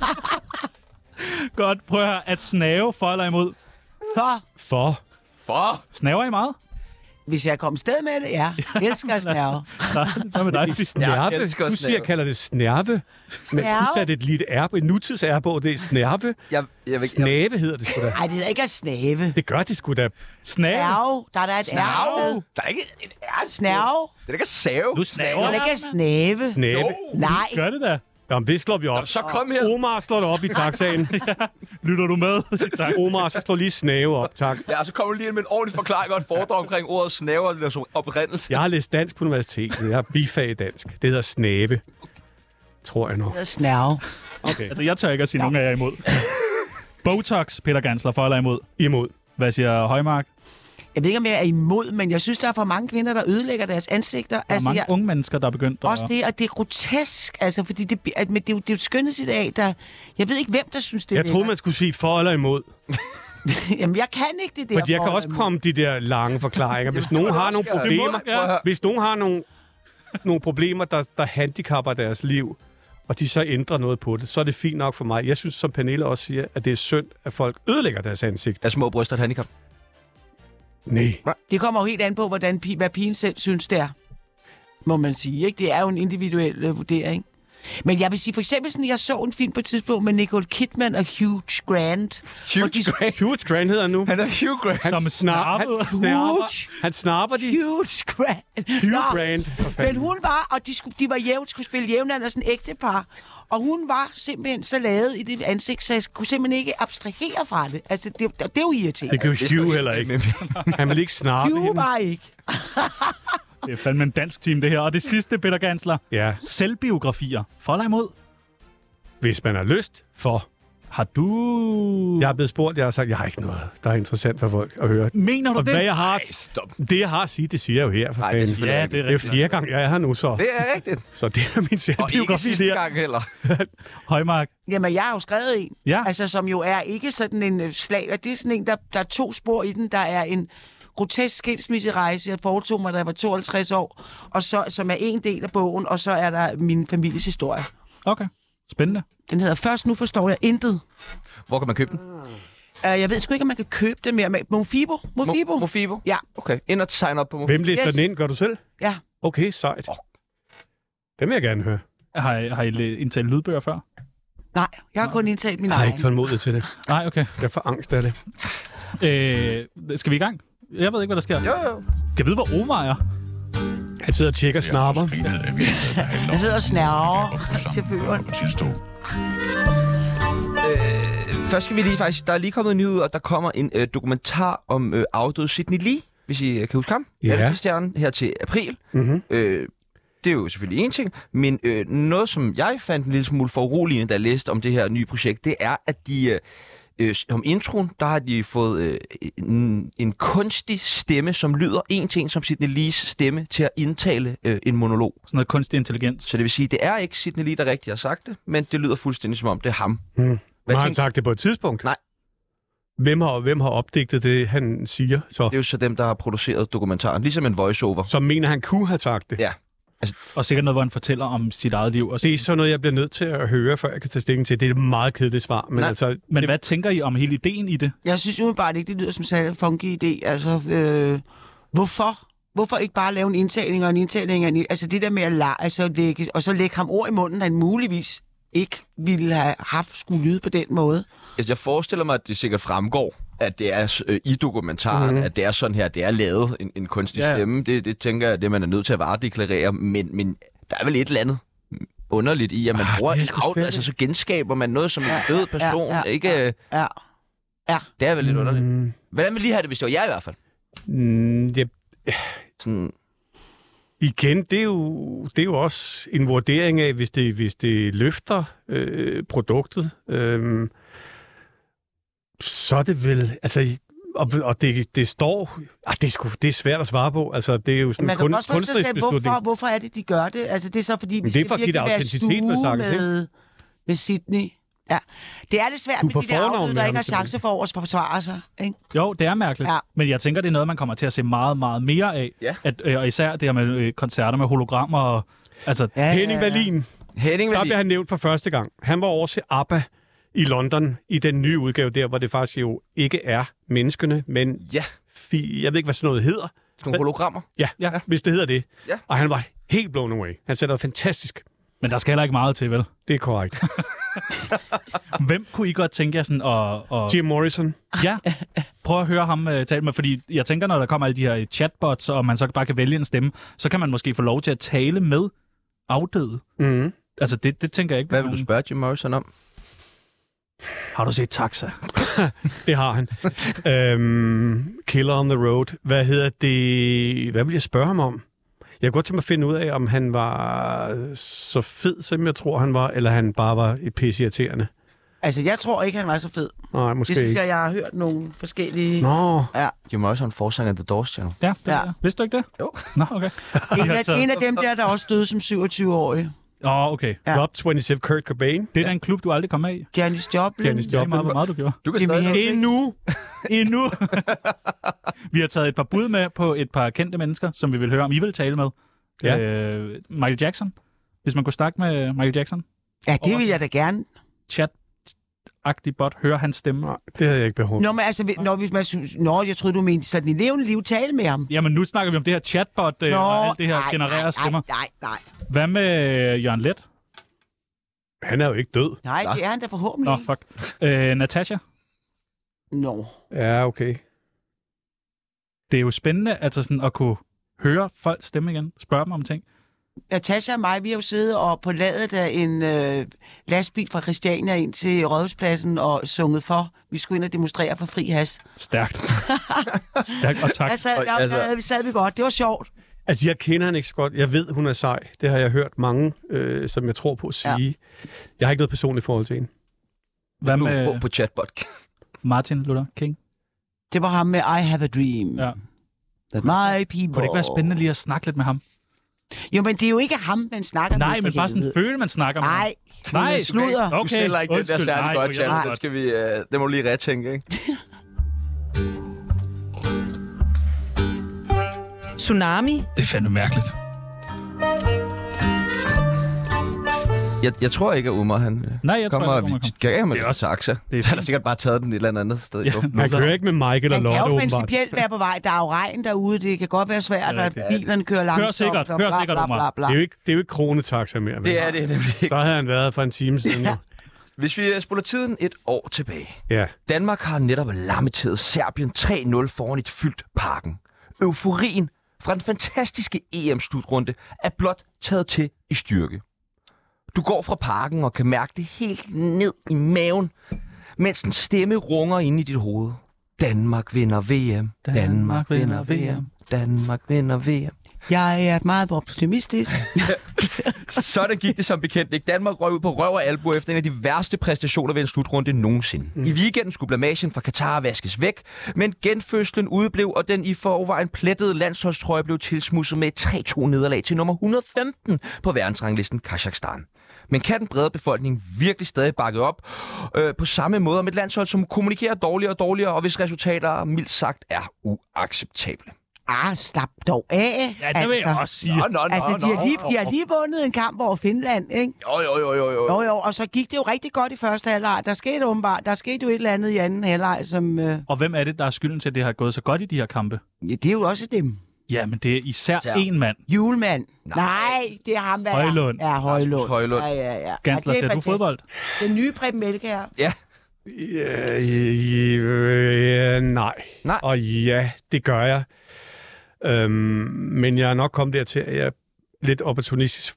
Godt, prøv at høre. At snave for eller imod? For, For. For! Snaver I meget? hvis jeg kom sted med det, ja. Jeg elsker at snærve. Hvad med dig? Snærve. Jeg elsker Du at siger, snærve. kalder det snærve. Men Snærve? du satte et lille R på, et nutids R på, det er snærve. Jeg, jeg, jeg, jeg, Snæve hedder det sgu da. Nej, det hedder ikke at snæve. Det gør det sgu da. Snave? Snærve. Der er der et R. Der er ikke en R. Snærve. Det er ikke at save. Du Det snaver. er ikke at snæve. Snæve. Jo. Nej. Gør det da. Jamen, det slår vi op. Så kom her. Omar slår det op i taxaen. Lytter du med? Tak. Omar, så slår lige snæve op, tak. Ja, så kommer du lige ind med en ordentlig forklaring og et foredrag omkring ordet snæver og deres oprindelse. Jeg har læst dansk på universitetet. Jeg har bifag i dansk. Det hedder snæve. Tror jeg nu. Det hedder snærve. Okay. Altså, jeg tør ikke at sige nogen af jer imod. Botox, Peter Gansler, for eller imod? Imod. Hvad siger Højmark? Jeg ved ikke, om jeg er imod, men jeg synes, der er for mange kvinder, der ødelægger deres ansigter. Der er Altså, mange jeg, unge mennesker, der er begyndt at... også det, og det er grotesk, altså, fordi det, at, men det, er jo, det er jo et skønhedsideal, der... Jeg ved ikke, hvem der synes, det er Jeg troede, man skulle sige for eller imod. lækkert. Jamen, jeg kan ikke det der. For jeg for kan også eller komme de der lange forklaringer. Hvis nogen har nogle problemer, Ja. hvis nogen har nogle, nogle problemer, der, der handicapper deres liv, og de så ændrer noget på det, så er det fint nok for mig. Jeg synes, som Pernille også siger, at det er synd, at folk ødelægger deres ansigt. Er små bryster et handicap? Nej. Det kommer jo helt an på, hvordan, pi- hvad pigen selv synes, det er. Må man sige, ikke? Det er jo en individuel øh, vurdering. Men jeg vil sige, for eksempel sådan, jeg så en film på et tidspunkt med Nicole Kidman og Hugh Grant. Hugh de, Grant? Hugh Grant hedder han nu. Han er Hugh Grant. Som snar- snappede. han, snarper, han snarper de. Hugh Grant. Hugh Nå, Grant. For Men fanden. hun var, og de, skulle, de var jævnt, skulle spille jævnaldrende sådan et ægtepar. Og hun var simpelthen så lavet i det ansigt, så jeg kunne simpelthen ikke abstrahere fra det. Altså, det, det er jo irriterende. Det kan jo Hugh heller ikke. Han vil ikke snarpe Hugh hende. var ikke. Det er fandme en dansk team, det her. Og det sidste, Peter Gansler. Ja, Selvbiografier. For eller imod? hvis man har lyst for. Har du... Jeg er blevet spurgt, jeg har sagt, jeg har ikke noget, der er interessant for folk at høre. Mener du Og det? hvad jeg har, Stop. det, jeg har at sige, det siger jeg jo her. For Nej, det er fanden. selvfølgelig Ja, ikke. det er Det er rigtigt. fjerde gang, jeg er her nu, så. Det er rigtigt. Så det er min Og ikke selvbiografi sidste der. gang heller. Højmark. Jamen, jeg har jo skrevet en. Ja. Altså, som jo er ikke sådan en øh, slag. Og det er sådan en, der, der er to spor i den. Der er en grotesk skilsmisserejse, jeg foretog mig, da jeg var tooghalvtreds år. Og så, som er en del af bogen. Og så er der min families historie. Okay. Spændende. Den hedder Først nu forstår jeg intet. Hvor kan man købe den? Uh, jeg ved sgu ikke, om man kan købe den mere. Men Mofibo? Mofibo? Mo- Mofibo? Ja. Okay, ind og sign op på Mofibo. Hvem læser Yes. den ind? Gør du selv? Ja. Okay, sejt. Den vil jeg gerne høre. Har I, har I læ- indtalt lydbøger før? Nej, jeg har kun indtalt min Jeg har egen. ikke tålmodighed til det. Nej, okay. Jeg får angst af det. Øh, skal vi i gang? Jeg ved ikke, hvad der sker. Jo, jo. Kan jeg vide, hvor Omar er? Han sidder og tjekker snapper. Jeg sidder og snærger chaufføren. Først skal vi lige faktisk... Der er lige kommet en nyhed, og der kommer en øh, dokumentar om øh, afdøde Sidney Lee, hvis I øh, kan huske ham. Ja. Reality-stjernen her til april. Mm-hmm. Øh, det er jo selvfølgelig en ting, men øh, noget, som jeg fandt en lille smule foruroligende, da jeg læste om det her nye projekt, det er, at de... Øh, øh, om introen, der har de fået øh, en, en kunstig stemme, som lyder en ting som Sidney Lees stemme, til at indtale øh, en monolog. Sådan noget kunstig intelligens. Så det vil sige, det er ikke Sidney Lee, der rigtig har sagt det, men det lyder fuldstændig som om, det er ham. Mm. Hvad Har han tænker- sagt det på et tidspunkt? Nej. Hvem har, hvem har opdigtet det, han siger? Så, Det er jo så dem, der har produceret dokumentaren, ligesom en voiceover. så mener han kunne have sagt det. Ja. Og sikkert noget, hvor han fortæller om sit eget liv. Og Det er sådan noget, jeg bliver nødt til at høre, før jeg kan tage stilling til. Det er et meget kedeligt svar. Men Nej. altså, Men det, hvad tænker I om hele ideen i det? Jeg synes umiddelbart ikke, det lyder som en funky idé. Altså, øh, hvorfor? Hvorfor ikke bare lave en indtagning og en indtagning? Og en, altså det der med at la, altså lægge, og så lægge ham ord i munden, han muligvis ikke ville have haft skulle lyde på den måde. Altså, jeg forestiller mig, at det sikkert fremgår, at det er øh, i dokumentaren, Mhm. mm-hmm. at det er sådan her, det er lavet en, en kunstig Ja. stemme. Det, det tænker jeg, det man er nødt til at varedeklarere, men, men der er vel et eller andet underligt i, at man Ah, bruger det er en sgu hav, svært. altså så genskaber man noget som en død person, ja, ja, ikke? Ja, ja. ja. Det er vel lidt underligt. Mm, Hvordan ville I have det, hvis det var jer i hvert fald? mm, det, Sådan, igen, det er, jo, det er jo også en vurdering af, hvis det, hvis det løfter øh, produktet, øh, så er det vel... Altså, og, og det, det står... Ah, det, er sgu, det er svært at svare på. Altså, det er jo sådan Man en kan kun, også forstå kunstnerisk sig, beslutning. hvorfor, hvorfor er det, de gør det? Altså, det er så, fordi vi det er skal for at give virkelig det være autenticitet, hvad stue snakkes, ikke? med, med Sydney. Ja. Det er lidt svært Du med på de der fornavn afdøde, med der ham, ikke har simpelthen. chance for at forsvare sig. Ikke? Jo, det er mærkeligt. Ja. Men jeg tænker, det er noget, man kommer til at se meget, meget mere af. Ja. At, øh, og især det her med øh, koncerter med hologrammer. Og, altså, Ja, Henning Wallin, Henning, der hvad blev han nævnt for første gang. Han var over til ABBA i London i den nye udgave der, hvor det faktisk jo ikke er menneskene, men Ja, fi, jeg ved ikke, hvad sådan noget hedder. sådan nogle hologrammer. Ja, ja. hvis det hedder det. Ja. Og han var helt blown away. Han sætter fantastisk. men der skal heller ikke meget til, vel? Det er korrekt. Hvem kunne I godt tænke jer sådan at... at Jim Morrison. ja, prøv at høre ham uh, tale med, fordi jeg tænker, når der kommer alle de her chatbots, og man så bare kan vælge en stemme, så kan man måske få lov til at tale med afdøde. Mm. Altså, det, det tænker jeg ikke. Hvad vil du spørge Jim Morrison om? Har du set Taxa? Det har han. øhm, Killer on the Road. Hvad hedder det? Hvad vil jeg spørge ham om? Jeg kunne godt tænke mig at finde ud af, om han var så fed, som jeg tror, han var, eller han bare var et pisseirriterende. Altså, jeg tror ikke, han var så fed. Nej, måske Det synes ikke. jeg, jeg har hørt nogle forskellige... Nå, Jim Morrison, forsanger af The Doors Channel. Ja, det Ja. ja. Vidste du ikke det? Jo. Nå, okay. En af, Altså- en af dem der, der også døde som syvogtyve-årig. Åh, oh, okay. Ja. Rob tyve-syv, Kurt Cobain. Det er da en klub, du aldrig kom med i. Janis Joplin. Janis Det er lige meget, hvor meget du gjorde. Du kan Jimi stadig... Hendrix. Endnu. Endnu. Vi har taget et par bud med på et par kendte mennesker, som vi vil høre om. I vil tale med. Ja. Øh, Michael Jackson. Hvis man kunne snakke med Michael Jackson. Ja, det vil jeg da gerne. Chat-agtig bot. Høre hans stemme. Nej, det havde jeg ikke behov. Nå, men altså, vi- når, hvis man synes... Nå, jeg troede, du mente sådan i levende liv tale med ham. Jamen, nu snakker vi om det her chatbot øh, Nå, og alt det her nej, genererer nej, stemmer. Nej, nej, nej. Hvad med øh, Jørgen Let? Han er jo ikke død. Nej, det er han da forhåbentlig Nå, fuck. Øh, Natasha? Nå. Ja, okay. Det er jo spændende altså sådan, at kunne høre folks stemme igen. Spørge dem om ting. Natasha og mig, vi har jo siddet og på ladet af en øh, lastbil fra Christiania ind til Rådhuspladsen og sunget for. Vi skulle ind og demonstrere for fri has. Stærkt. Stærkt, og tak. Altså, der, altså- der, der sad vi godt. Det var sjovt. Altså, jeg kender hende ikke så godt. Jeg ved, hun er sej. Det har jeg hørt mange, øh, som jeg tror på at sige. Ja. Jeg har ikke noget personligt forhold til hende. Hvad Du kan få med på chatbot. Martin Luther King? Det var ham med I Have a Dream. Ja. That my people. Kunne det ikke være spændende lige at snakke lidt med ham? Jo, men det er jo ikke ham, man snakker med. Nej, for men bare sådan helvede. føle, man snakker med ham. Nej, Nej, sludder. Du Okay, sælger ikke den der undskyld. særlig Nej, godt hvor channel. hjælper Den, godt. skal vi, uh, den må du lige retænke, ikke? Tsunami. Det er fandme mærkeligt. Jeg, jeg tror ikke, at Umar han øh, Nej, jeg tror kommer, ikke, og vi Umar kommer. gav ham Det en er også- taxa. det er Så han har fint. sikkert bare taget den et eller andet sted i Ja. luften. Han kører ikke med Michael og Man Lotte, kan jo åbenbart. principielt være på vej. Der er jo regn derude. Det kan godt være svært, Ja, at det- bilerne kører langsomt. sikkert, og hør bla, sikkert, bla, Omar. bla, bla. Det er jo ikke, det er jo ikke kronetaxa mere. vel? Det er det nemlig ikke. Så havde han været for en time siden. Jo. Hvis vi øh, spoler tiden et år tilbage. Ja. Danmark har netop lammeteret Serbien tre nul foran et fyldt Parken. Euforien fra den fantastiske E M-slutrunde er blot taget til i styrke. Du går fra Parken og kan mærke det helt ned i maven, mens en stemme runger inde i dit hoved. Danmark vinder V M. Danmark vinder V M. Danmark vinder V M. Jeg er meget optimistisk. Sådan gik det som bekendt ikke. Danmark røg ud på røv og albu efter en af de værste præstationer ved en slutrunde nogensinde. Mm. I weekenden skulle blamagen fra Katar vaskes væk, men genfødslen udeblev, og den i forvejen plettede landsholdstrøje blev tilsmusset med et tre to nederlag til nummer et hundrede og femten på verdensranglisten Kazakhstan. Men kan den brede befolkning virkelig stadig bakke op øh, på samme måde om et landshold, som kommunikerer dårligere og dårligere, og hvis resultater mildt sagt er uacceptable? Ah, slap dog af. Ja, det vil jeg også sige. Nå, nå, nå, Altså, de har, nå. lige, de har lige vundet en kamp over Finland, ikke? Jo, jo, jo, jo, jo. Jo, jo, og så gik det jo rigtig godt i første halvleg. Der skete åbenbart, der skete jo et eller andet i anden halvleg, som... Øh, Og hvem er det, der er skylden til, at det har gået så godt i de her kampe? ja, det er jo også dem. Ja, men det er især Især. én mand. Julemand. Nej. Nej, det er ham, der er. Højlund. Ja, Højlund. Rasmus Højlund. Ja, ja, ja. Gansler, ja, det ser er du fantastisk. fodbold? Den nye Preben Melkær. Ja, Ja, ja, nej. Nej. Og ja, det gør jeg. Øhm, men jeg er nok kommet dertil, at jeg er lidt opportunistisk,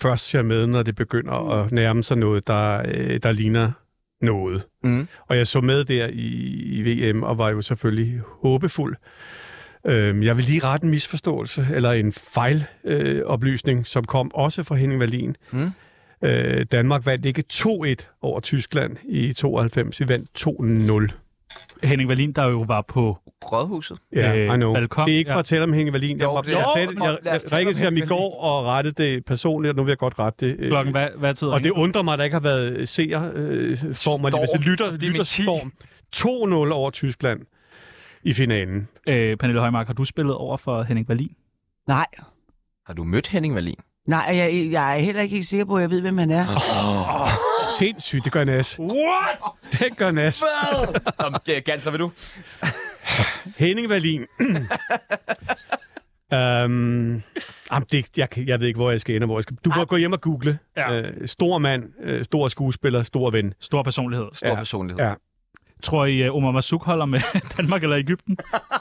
først ser med, når det begynder at nærme sig noget, der, øh, der ligner noget. Mm. Og jeg så med der i, i V M, og var jo selvfølgelig håbefuld. Øhm, jeg vil lige rette en misforståelse, eller en fejloplysning, øh, oplysning, som kom også fra Henning Wallin. Mm. Øh, Danmark vandt ikke to et over Tyskland i tooghalvfems. Vi vandt to nul. Henning Wallin, der jo var på Rådhuset. Ja, Øh, I know. balkon, Det er ikke for ja. at tale om Henning Wallin. Jeg, Jo, var, det jeg, er- jeg, Jo, jeg, lad os jeg tale ringede om til ham i Henning går og rettede det personligt, og nu vil jeg godt rette det. klokken. Hvad, hvad tid? Og det undrer mig, at der ikke har været seerform, øh, altså lytter, lytterstorm. to nul over Tyskland i finalen. Øh, Pernille Højmark, har du spillet over for Henning Wallin? Nej. Har du mødt Henning Wallin? Nej, jeg, jeg er heller ikke helt sikker på, at jeg ved, hvem han er. Oh, sindssygt, det gør Nas. What? Det gør Nas. Om det Gansler, vil du? Henning Wallin. um, jamen det, jeg, jeg ved ikke, hvor jeg skal ende, hvor jeg skal. Du må gå hjem og google. Ja. Uh, stor mand, uh, stor skuespiller, stor ven. Stor personlighed. Stor Ja. personlighed. Ja. Tror I, uh, Omar Massouk holder med Danmark eller Egypten?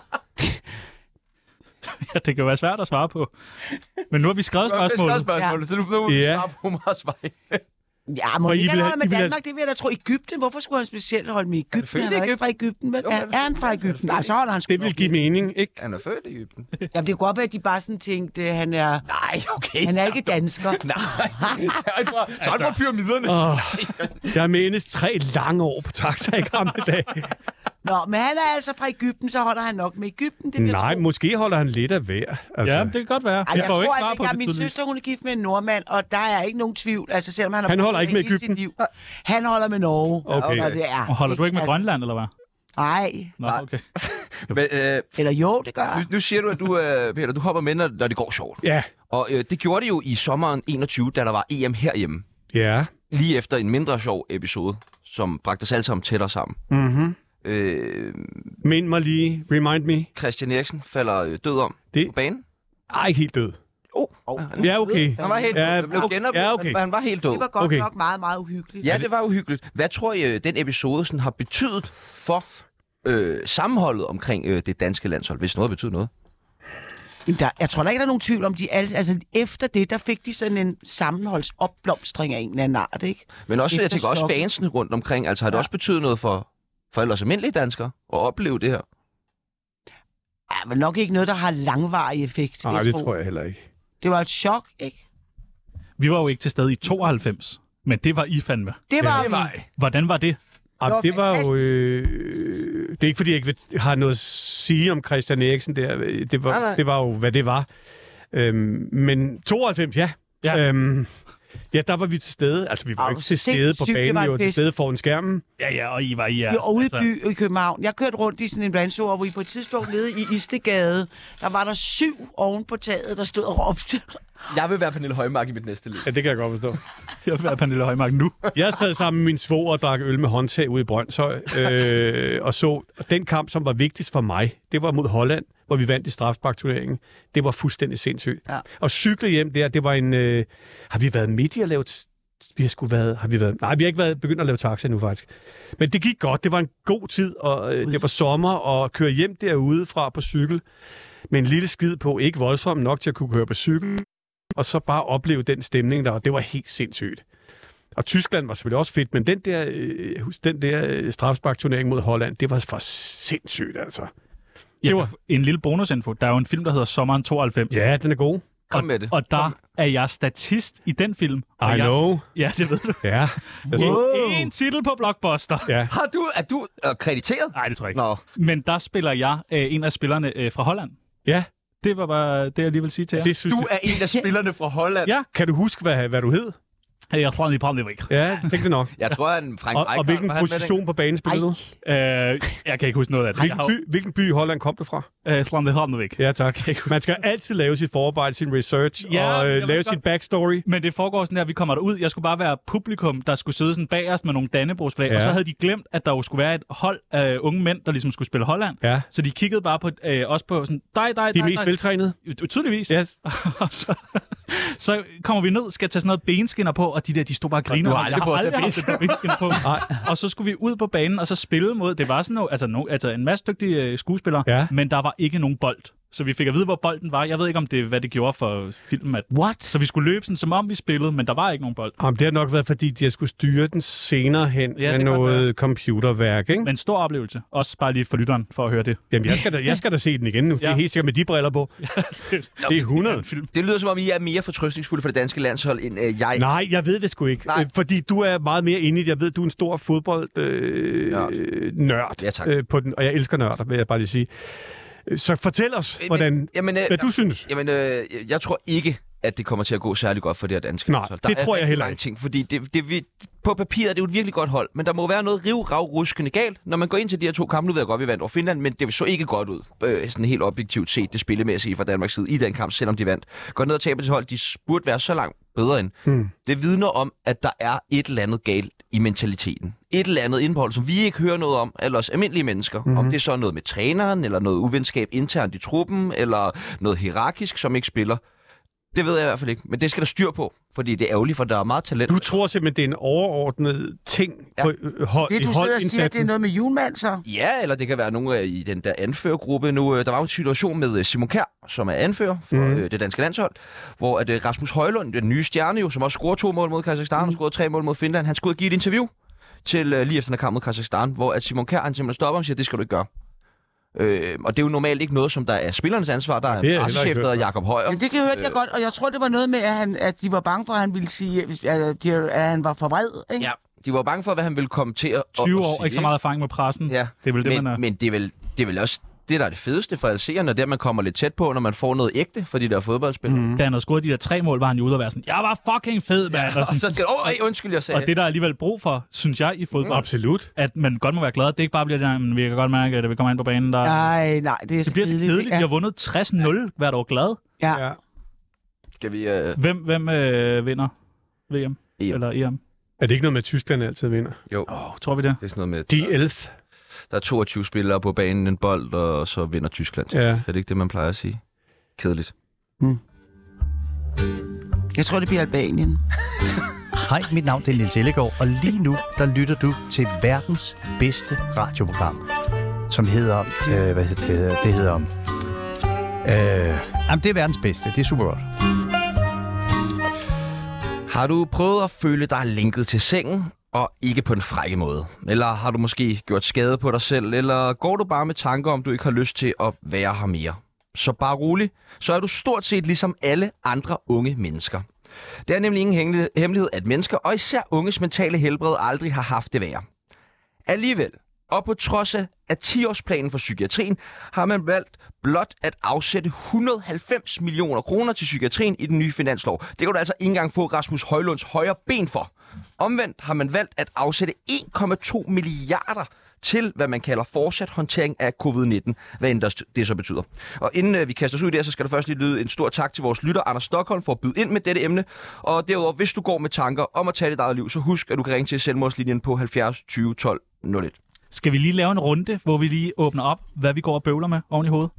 Ja, det kan jo være svært at svare på. Men nu har vi skrevet spørgsmålet. Det er spørgsmålet, så du nu Ja. svare på Omars vej. Ja, må For I ikke vil han have- holder med I vil have- Danmark, det vil jeg da tro. Egypten, hvorfor skulle han specielt holde med Egypten? født i Han er ikke Egypten? fra Egypten, vel? Jo, Er, han er- er han fra Egypten? Nej, så holder han sgu Det vil nok give med. mening, ikke? Han er født i Egypten. Jamen, det kan godt være, at de bare sådan tænkte, at han er, Nej, okay. han er ikke dansker. Nej. Så er han fra, så er han fra pyramiderne. Oh, jeg menes tre lange år på taxa i gamle dage. Nå, men han er altså fra Egypten, så holder han nok med Egypten, det vil Nej, jeg tro. måske holder han lidt af hver. Altså, Ja, det kan godt være. Ej, Jeg jeg får jo tror ikke altså svar ikke, på at det min tydeligt. søster, hun er gift med en nordmand, og der er ikke nogen tvivl. Altså, selvom han har Han boet holder der ikke med hele sit Egypten? liv. Han holder med Norge. Okay. Og, det er, Og holder du ikke med altså, Grønland, eller hvad? Nej. Nå, okay. Men, øh, Eller jo, det gør nu, jeg. nu siger du, at du, øh, Peter, du hopper med, når, når det går sjovt. Ja. Og øh, det gjorde det jo i sommeren enogtyve, da der var E M herhjemme. Ja. Lige efter en mindre sjov episode, som bragte os alle sammen tættere sammen. Mhm. Øh, Mind mig lige. Remind me. Christian Eriksen falder øh, død om Det- på banen. Ej, ikke helt død. Oh, Oh. Ja, okay. Han var helt Ja, død. Han blev okay. genoplevet. Ja, okay. Han, han var helt død. Det var godt Okay. nok meget, meget uhyggeligt. Ja, det var uhyggeligt. Hvad tror I, øh, den episode sådan, har betydet for øh, sammenholdet omkring øh, det danske landshold, hvis noget betyder noget? Men Der, jeg tror da ikke, der er nogen tvivl om, de alle, altså efter det, der fik de sådan en sammenholdsopblomstring af en eller anden art, ikke? Men også, Efter jeg tænker også chokket. fansene rundt omkring. Altså har det Ja. også betydet noget for, for ellers almindelige danskere at opleve det her? Ja, men nok ikke noget, der har langvarig effekt. Nej, jeg det tror. tror jeg heller ikke. Det var et chok, ikke? Vi var jo ikke til stede i tooghalvfems, men det var I fandme. Det var, Ja, det var Hvordan var det? Og var det var jo... fantastisk. Øh, det er ikke, fordi jeg ikke vil- har noget at sige om Christian Eriksen der. Det var, Nej, nej. det var jo, hvad det var. Øhm, men tooghalvfems, ja. Ja. Øhm, ja, der var vi til stede. Altså, vi var Au, jo ikke til stede på sindssygt, det banen. var Vi en var til fest. stede foran skærmen. Ja, ja, og I var I Ja, og ude i by i København. Jeg kørte rundt i sådan en randshow, hvor I på et tidspunkt nede i Istegade, der var der syv oven på taget, der stod og råbte. Jeg vil være Pernille Højmark i mit næste liv. Ja, det kan jeg godt forstå. Jeg vil være Pernille Højmark nu. Jeg sad sammen med min svoger og drak øl med håndtag ude i Brøndshøj, øh, og så og den kamp, som var vigtigst for mig, det var mod Holland, hvor vi vandt i strafsparkturneringen. Det var fuldstændig sindssygt. Ja. Og cykle hjem der, det var en... Øh, har vi været midt i at lave... T- vi har sgu været... Har vi været... Nej, vi har ikke været begyndt at lave taxa nu, faktisk. Men det gik godt. Det var en god tid, og øh, det var sommer, og køre hjem derude fra på cykel med en lille skid på, ikke voldsomt nok til at kunne køre på cykel, og så bare opleve den stemning der, og det var helt sindssygt. Og Tyskland var selvfølgelig også fedt, men den der, øh, husk, den der øh, strafsparkturnering mod Holland, det var for sindssygt, altså. Ja, var- en lille bonusinfo. Der er jo en film, der hedder Sommeren tooghalvfems. Ja, den er god. Kom med det. Og der er jeg statist i den film. Og I jeg, know. Ja, det ved du. Ja. Jeg så, En titel på Blockbuster. ja. Har du, er du øh, krediteret? Nej, det tror jeg ikke. Nå, Men der spiller jeg øh, en af spillerne øh, fra Holland. Ja, Det var bare det, jeg lige vil sige til jer. det synes du jeg. er en af spillerne fra Holland. Ja. Kan du huske, hvad, hvad du hed? Øh, Jeg tror, han lige ikke. Ja, det tænkte nok. Jeg tror, at en Frank Og, og Rijkaard, hvilken var han med position på banen spillede du? Øh, jeg kan ikke huske noget af det. Hvilken by, hvilken by i Holland kom du fra? Jeg tror, det holder væk. Ja, tak. Man skal altid lave sit forarbejde, sin research, Ja, og jeg øh, ved lave godt. sin backstory. Men det foregår sådan her, at vi kommer derud. Jeg skulle bare være publikum, der skulle sidde sådan bagerst med nogle dannebrogsflag. Ja. Og så havde de glemt, at der jo skulle være et hold af unge mænd, der ligesom skulle spille Holland. Ja. Så de kiggede bare på øh, os på sådan, dig, dig, De dig, mest dig. veltrænede. Tydeligvis. Yes. Og så, så kommer vi ned, skal tage sådan noget benskinner på, og de der, de stod bare og griner. du har aldrig Jeg prøvet at tage aldrig haft benskinner på. Og så skulle vi ud på banen, og så spille mod, det var sådan noget, altså, no, altså en masse dygtige øh, skuespillere, Ja. men der var ikke nogen bold. Så vi fik at vide, hvor bolden var. Jeg ved ikke, om det hvad det gjorde for filmen. At... What? Så vi skulle løbe sådan, som om vi spillede, men der var ikke nogen bold. Jamen, det har nok været, fordi de skulle styre den senere hen Ja, med det kan godt noget være. computerværk, ikke? Men en stor oplevelse. Også bare lige for lytteren, for at høre det. Jamen, jeg skal da, jeg skal da se den igen nu. Ja. Det er Ja. helt sikkert med de briller på. det Det er hundrede. film. Det lyder som om, I er mere fortrøstningsfulde for det danske landshold, end øh, jeg. Nej, jeg ved det sgu ikke. Nej. Øh, Fordi du er meget mere inde i det. Jeg ved, du er en stor fodboldnørd. Øh, Nørd. nørd Ja, tak. øh, på den, og jeg elsker nørder, vil jeg bare lige sige. Så fortæl os, hvordan, Jamen, øh, hvad du synes. Jamen, øh, jeg tror ikke, at det kommer til at gå særlig godt for det her danske Nej, landshold. det Der tror er jeg rigtig heller mange ikke. ting, fordi det, det, vi, på papiret er det jo et virkelig godt hold, men der må være noget riv-rav-ruskende galt, når man går ind til de her to kampe. Nu ved jeg godt, vi vandt over Finland, men det så ikke godt ud, øh, sådan helt objektivt set, det spillemæssige fra Danmarks side i den kamp, selvom de vandt. Går ned og taber til hold, de burde være så langt bedre end. Hmm. Det vidner om, at der er et eller andet galt i mentaliteten. Et eller andet indhold, som vi ikke hører noget om, eller os almindelige mennesker. Mm-hmm. Om det er så noget med træneren, eller noget uvenskab internt i truppen, eller noget hierarkisk, som ikke spiller. Det ved jeg i hvert fald ikke, men det skal der styr på, fordi det er ærgerligt, for der er meget talent. Du tror simpelthen, det er en overordnet ting Ja. på øh, hold, Det, i du sidder og siger, det er holdindsatsen? noget med Julemand, så? Ja, eller det kan være nogle af i den der anførergruppe nu. Der var jo en situation med øh, Simon Kjær, som er anfører for Mhm. mm. det danske landshold, hvor at, øh, Rasmus Højlund, den nye stjerne jo, som også scorede to mål mod Kazakhstan, mm. og scorede tre mål mod Finland, han skulle ud og give et interview til øh, lige efter den kamp mod Kazakhstan, hvor at Simon Kjær, han simpelthen stopper og siger, det skal du ikke gøre. Øh, og det er jo normalt ikke noget, som der er spillernes ansvar. Der er det er en heller pressechef, ikke der hørt. hedder Jakob Højer. Jamen, det kan hørte jeg godt, og jeg tror, det var noget med, at, han, at de var bange for, at han ville sige, at, at, de- at han var for vred, ikke? Ja, de var bange for, hvad han ville kommentere. tyve år, ikke så meget erfaring med pressen. Ja, Det er vel det, men, man er. men det er vel, det er vel også det, der er det fedeste for alle seerne, det er, at man kommer lidt tæt på, når man får noget ægte for de der fodboldspillere. Mm. Da han havde scoret de der tre mål, var han jo ude og være sådan, jeg var fucking fed, mand. Og så skal åh, oh, undskyld, jeg sagde. Og det der er alligevel brug for, synes jeg, i fodbold, Absolut. at man godt må være glad. Det er ikke bare bliver det, der, men vi kan godt mærke, at vi kommer ind på banen, der... Nej, nej, det er Det bliver så kedeligt. De har vundet tres nul hvert år glad. Ja. Ja. Skal vi... Øh... Hvem, hvem øh, vinder V M? E M. Eller E M? Er det ikke noget med, at Tyskland altid vinder? Jo, Åh, oh, tror vi det? det er sådan noget med... De elleve. Der er toogtyve spillere på banen, en bold, og så vinder Tyskland. Ja. Det er ikke det, man plejer at sige. Kedeligt. Jeg tror, det bliver Albanien. Hej, mit navn er Niels Ellegaard, og lige nu, der lytter du til verdens bedste radioprogram, som hedder, øh, hvad hedder det, det hedder, øh, jamen, det er verdens bedste, det er super godt. Har du prøvet at føle dig linket til sengen, og ikke på en frække måde? Eller har du måske gjort skade på dig selv? Eller går du bare med tanker om, du ikke har lyst til at være her mere? Så bare rolig, så er du stort set ligesom alle andre unge mennesker. Det er nemlig ingen hemmelighed, at mennesker, og især unges mentale helbred, aldrig har haft det værre. Alligevel, og på trods af ti-årsplanen for psykiatrien, har man valgt blot at afsætte et hundrede og halvfems millioner kroner til psykiatrien i den nye finanslov. Det kan du altså ikke engang få Rasmus Højlunds højre ben for. Omvendt har man valgt at afsætte en komma to milliarder til, hvad man kalder fortsat håndtering af covid nitten, hvad end det så betyder. Og inden øh, vi kaster os ud i det, så skal der først lige lyde en stor tak til vores lytter, Anders Stockholm, for at byde ind med dette emne. Og derudover, hvis du går med tanker om at tage dit eget liv, så husk, at du kan ringe til selvmordslinjen på halvfjerds tyve tolv nul et. Skal vi lige lave en runde, hvor vi lige åbner op, hvad vi går og bøvler med oven i hovedet?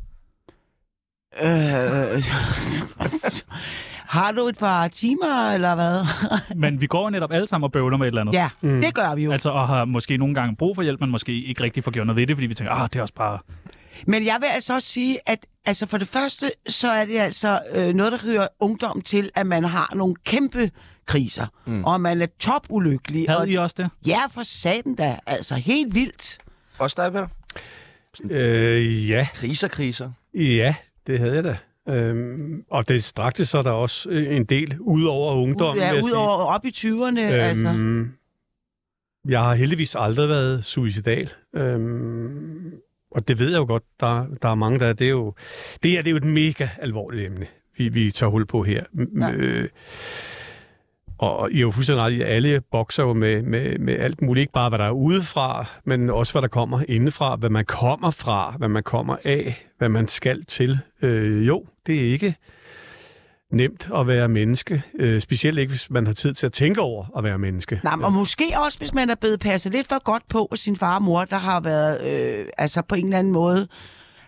Øh, har du et par timer, eller hvad? Men vi går netop alle sammen og bøvler med et eller andet. Ja, mm. det gør vi jo. Altså, og har måske nogle gange brug for hjælp, men måske ikke rigtig får gjort noget ved det, fordi vi tænker, ah, det er også bare... Men jeg vil altså også sige, at altså for det første, så er det altså øh, noget, der hører ungdom til, at man har nogle kæmpe kriser, mm. og man er topulykkelig. Havde og, I også det? Ja, for satan da. Altså helt vildt. Også dig, Peter? Øh, ja. Kriser, kriser. Ja, det havde jeg da. Øhm, og det strakte så der også øh, en del ud over ungdom, vil Ja, jeg ud sige. over op i tyverne, øhm, altså. Jeg har heldigvis aldrig været suicidal. Øhm, og det ved jeg jo godt, der, der er mange, der... Det er jo, det her det er jo et mega alvorligt emne, vi, vi tager hul på her. Ja. Øh, og I er jo fuldstændig ret i, at alle bokser jo med, med, med alt muligt. Ikke bare, hvad der er udefra, men også, hvad der kommer indefra. Hvad man kommer fra, hvad man kommer af, hvad man skal til. Øh, jo, det er ikke nemt at være menneske. Øh, specielt ikke, hvis man har tid til at tænke over at være menneske. Nej, og måske også, hvis man er blevet passet lidt for godt på af sin far og mor, der har været, øh, altså på en eller anden måde,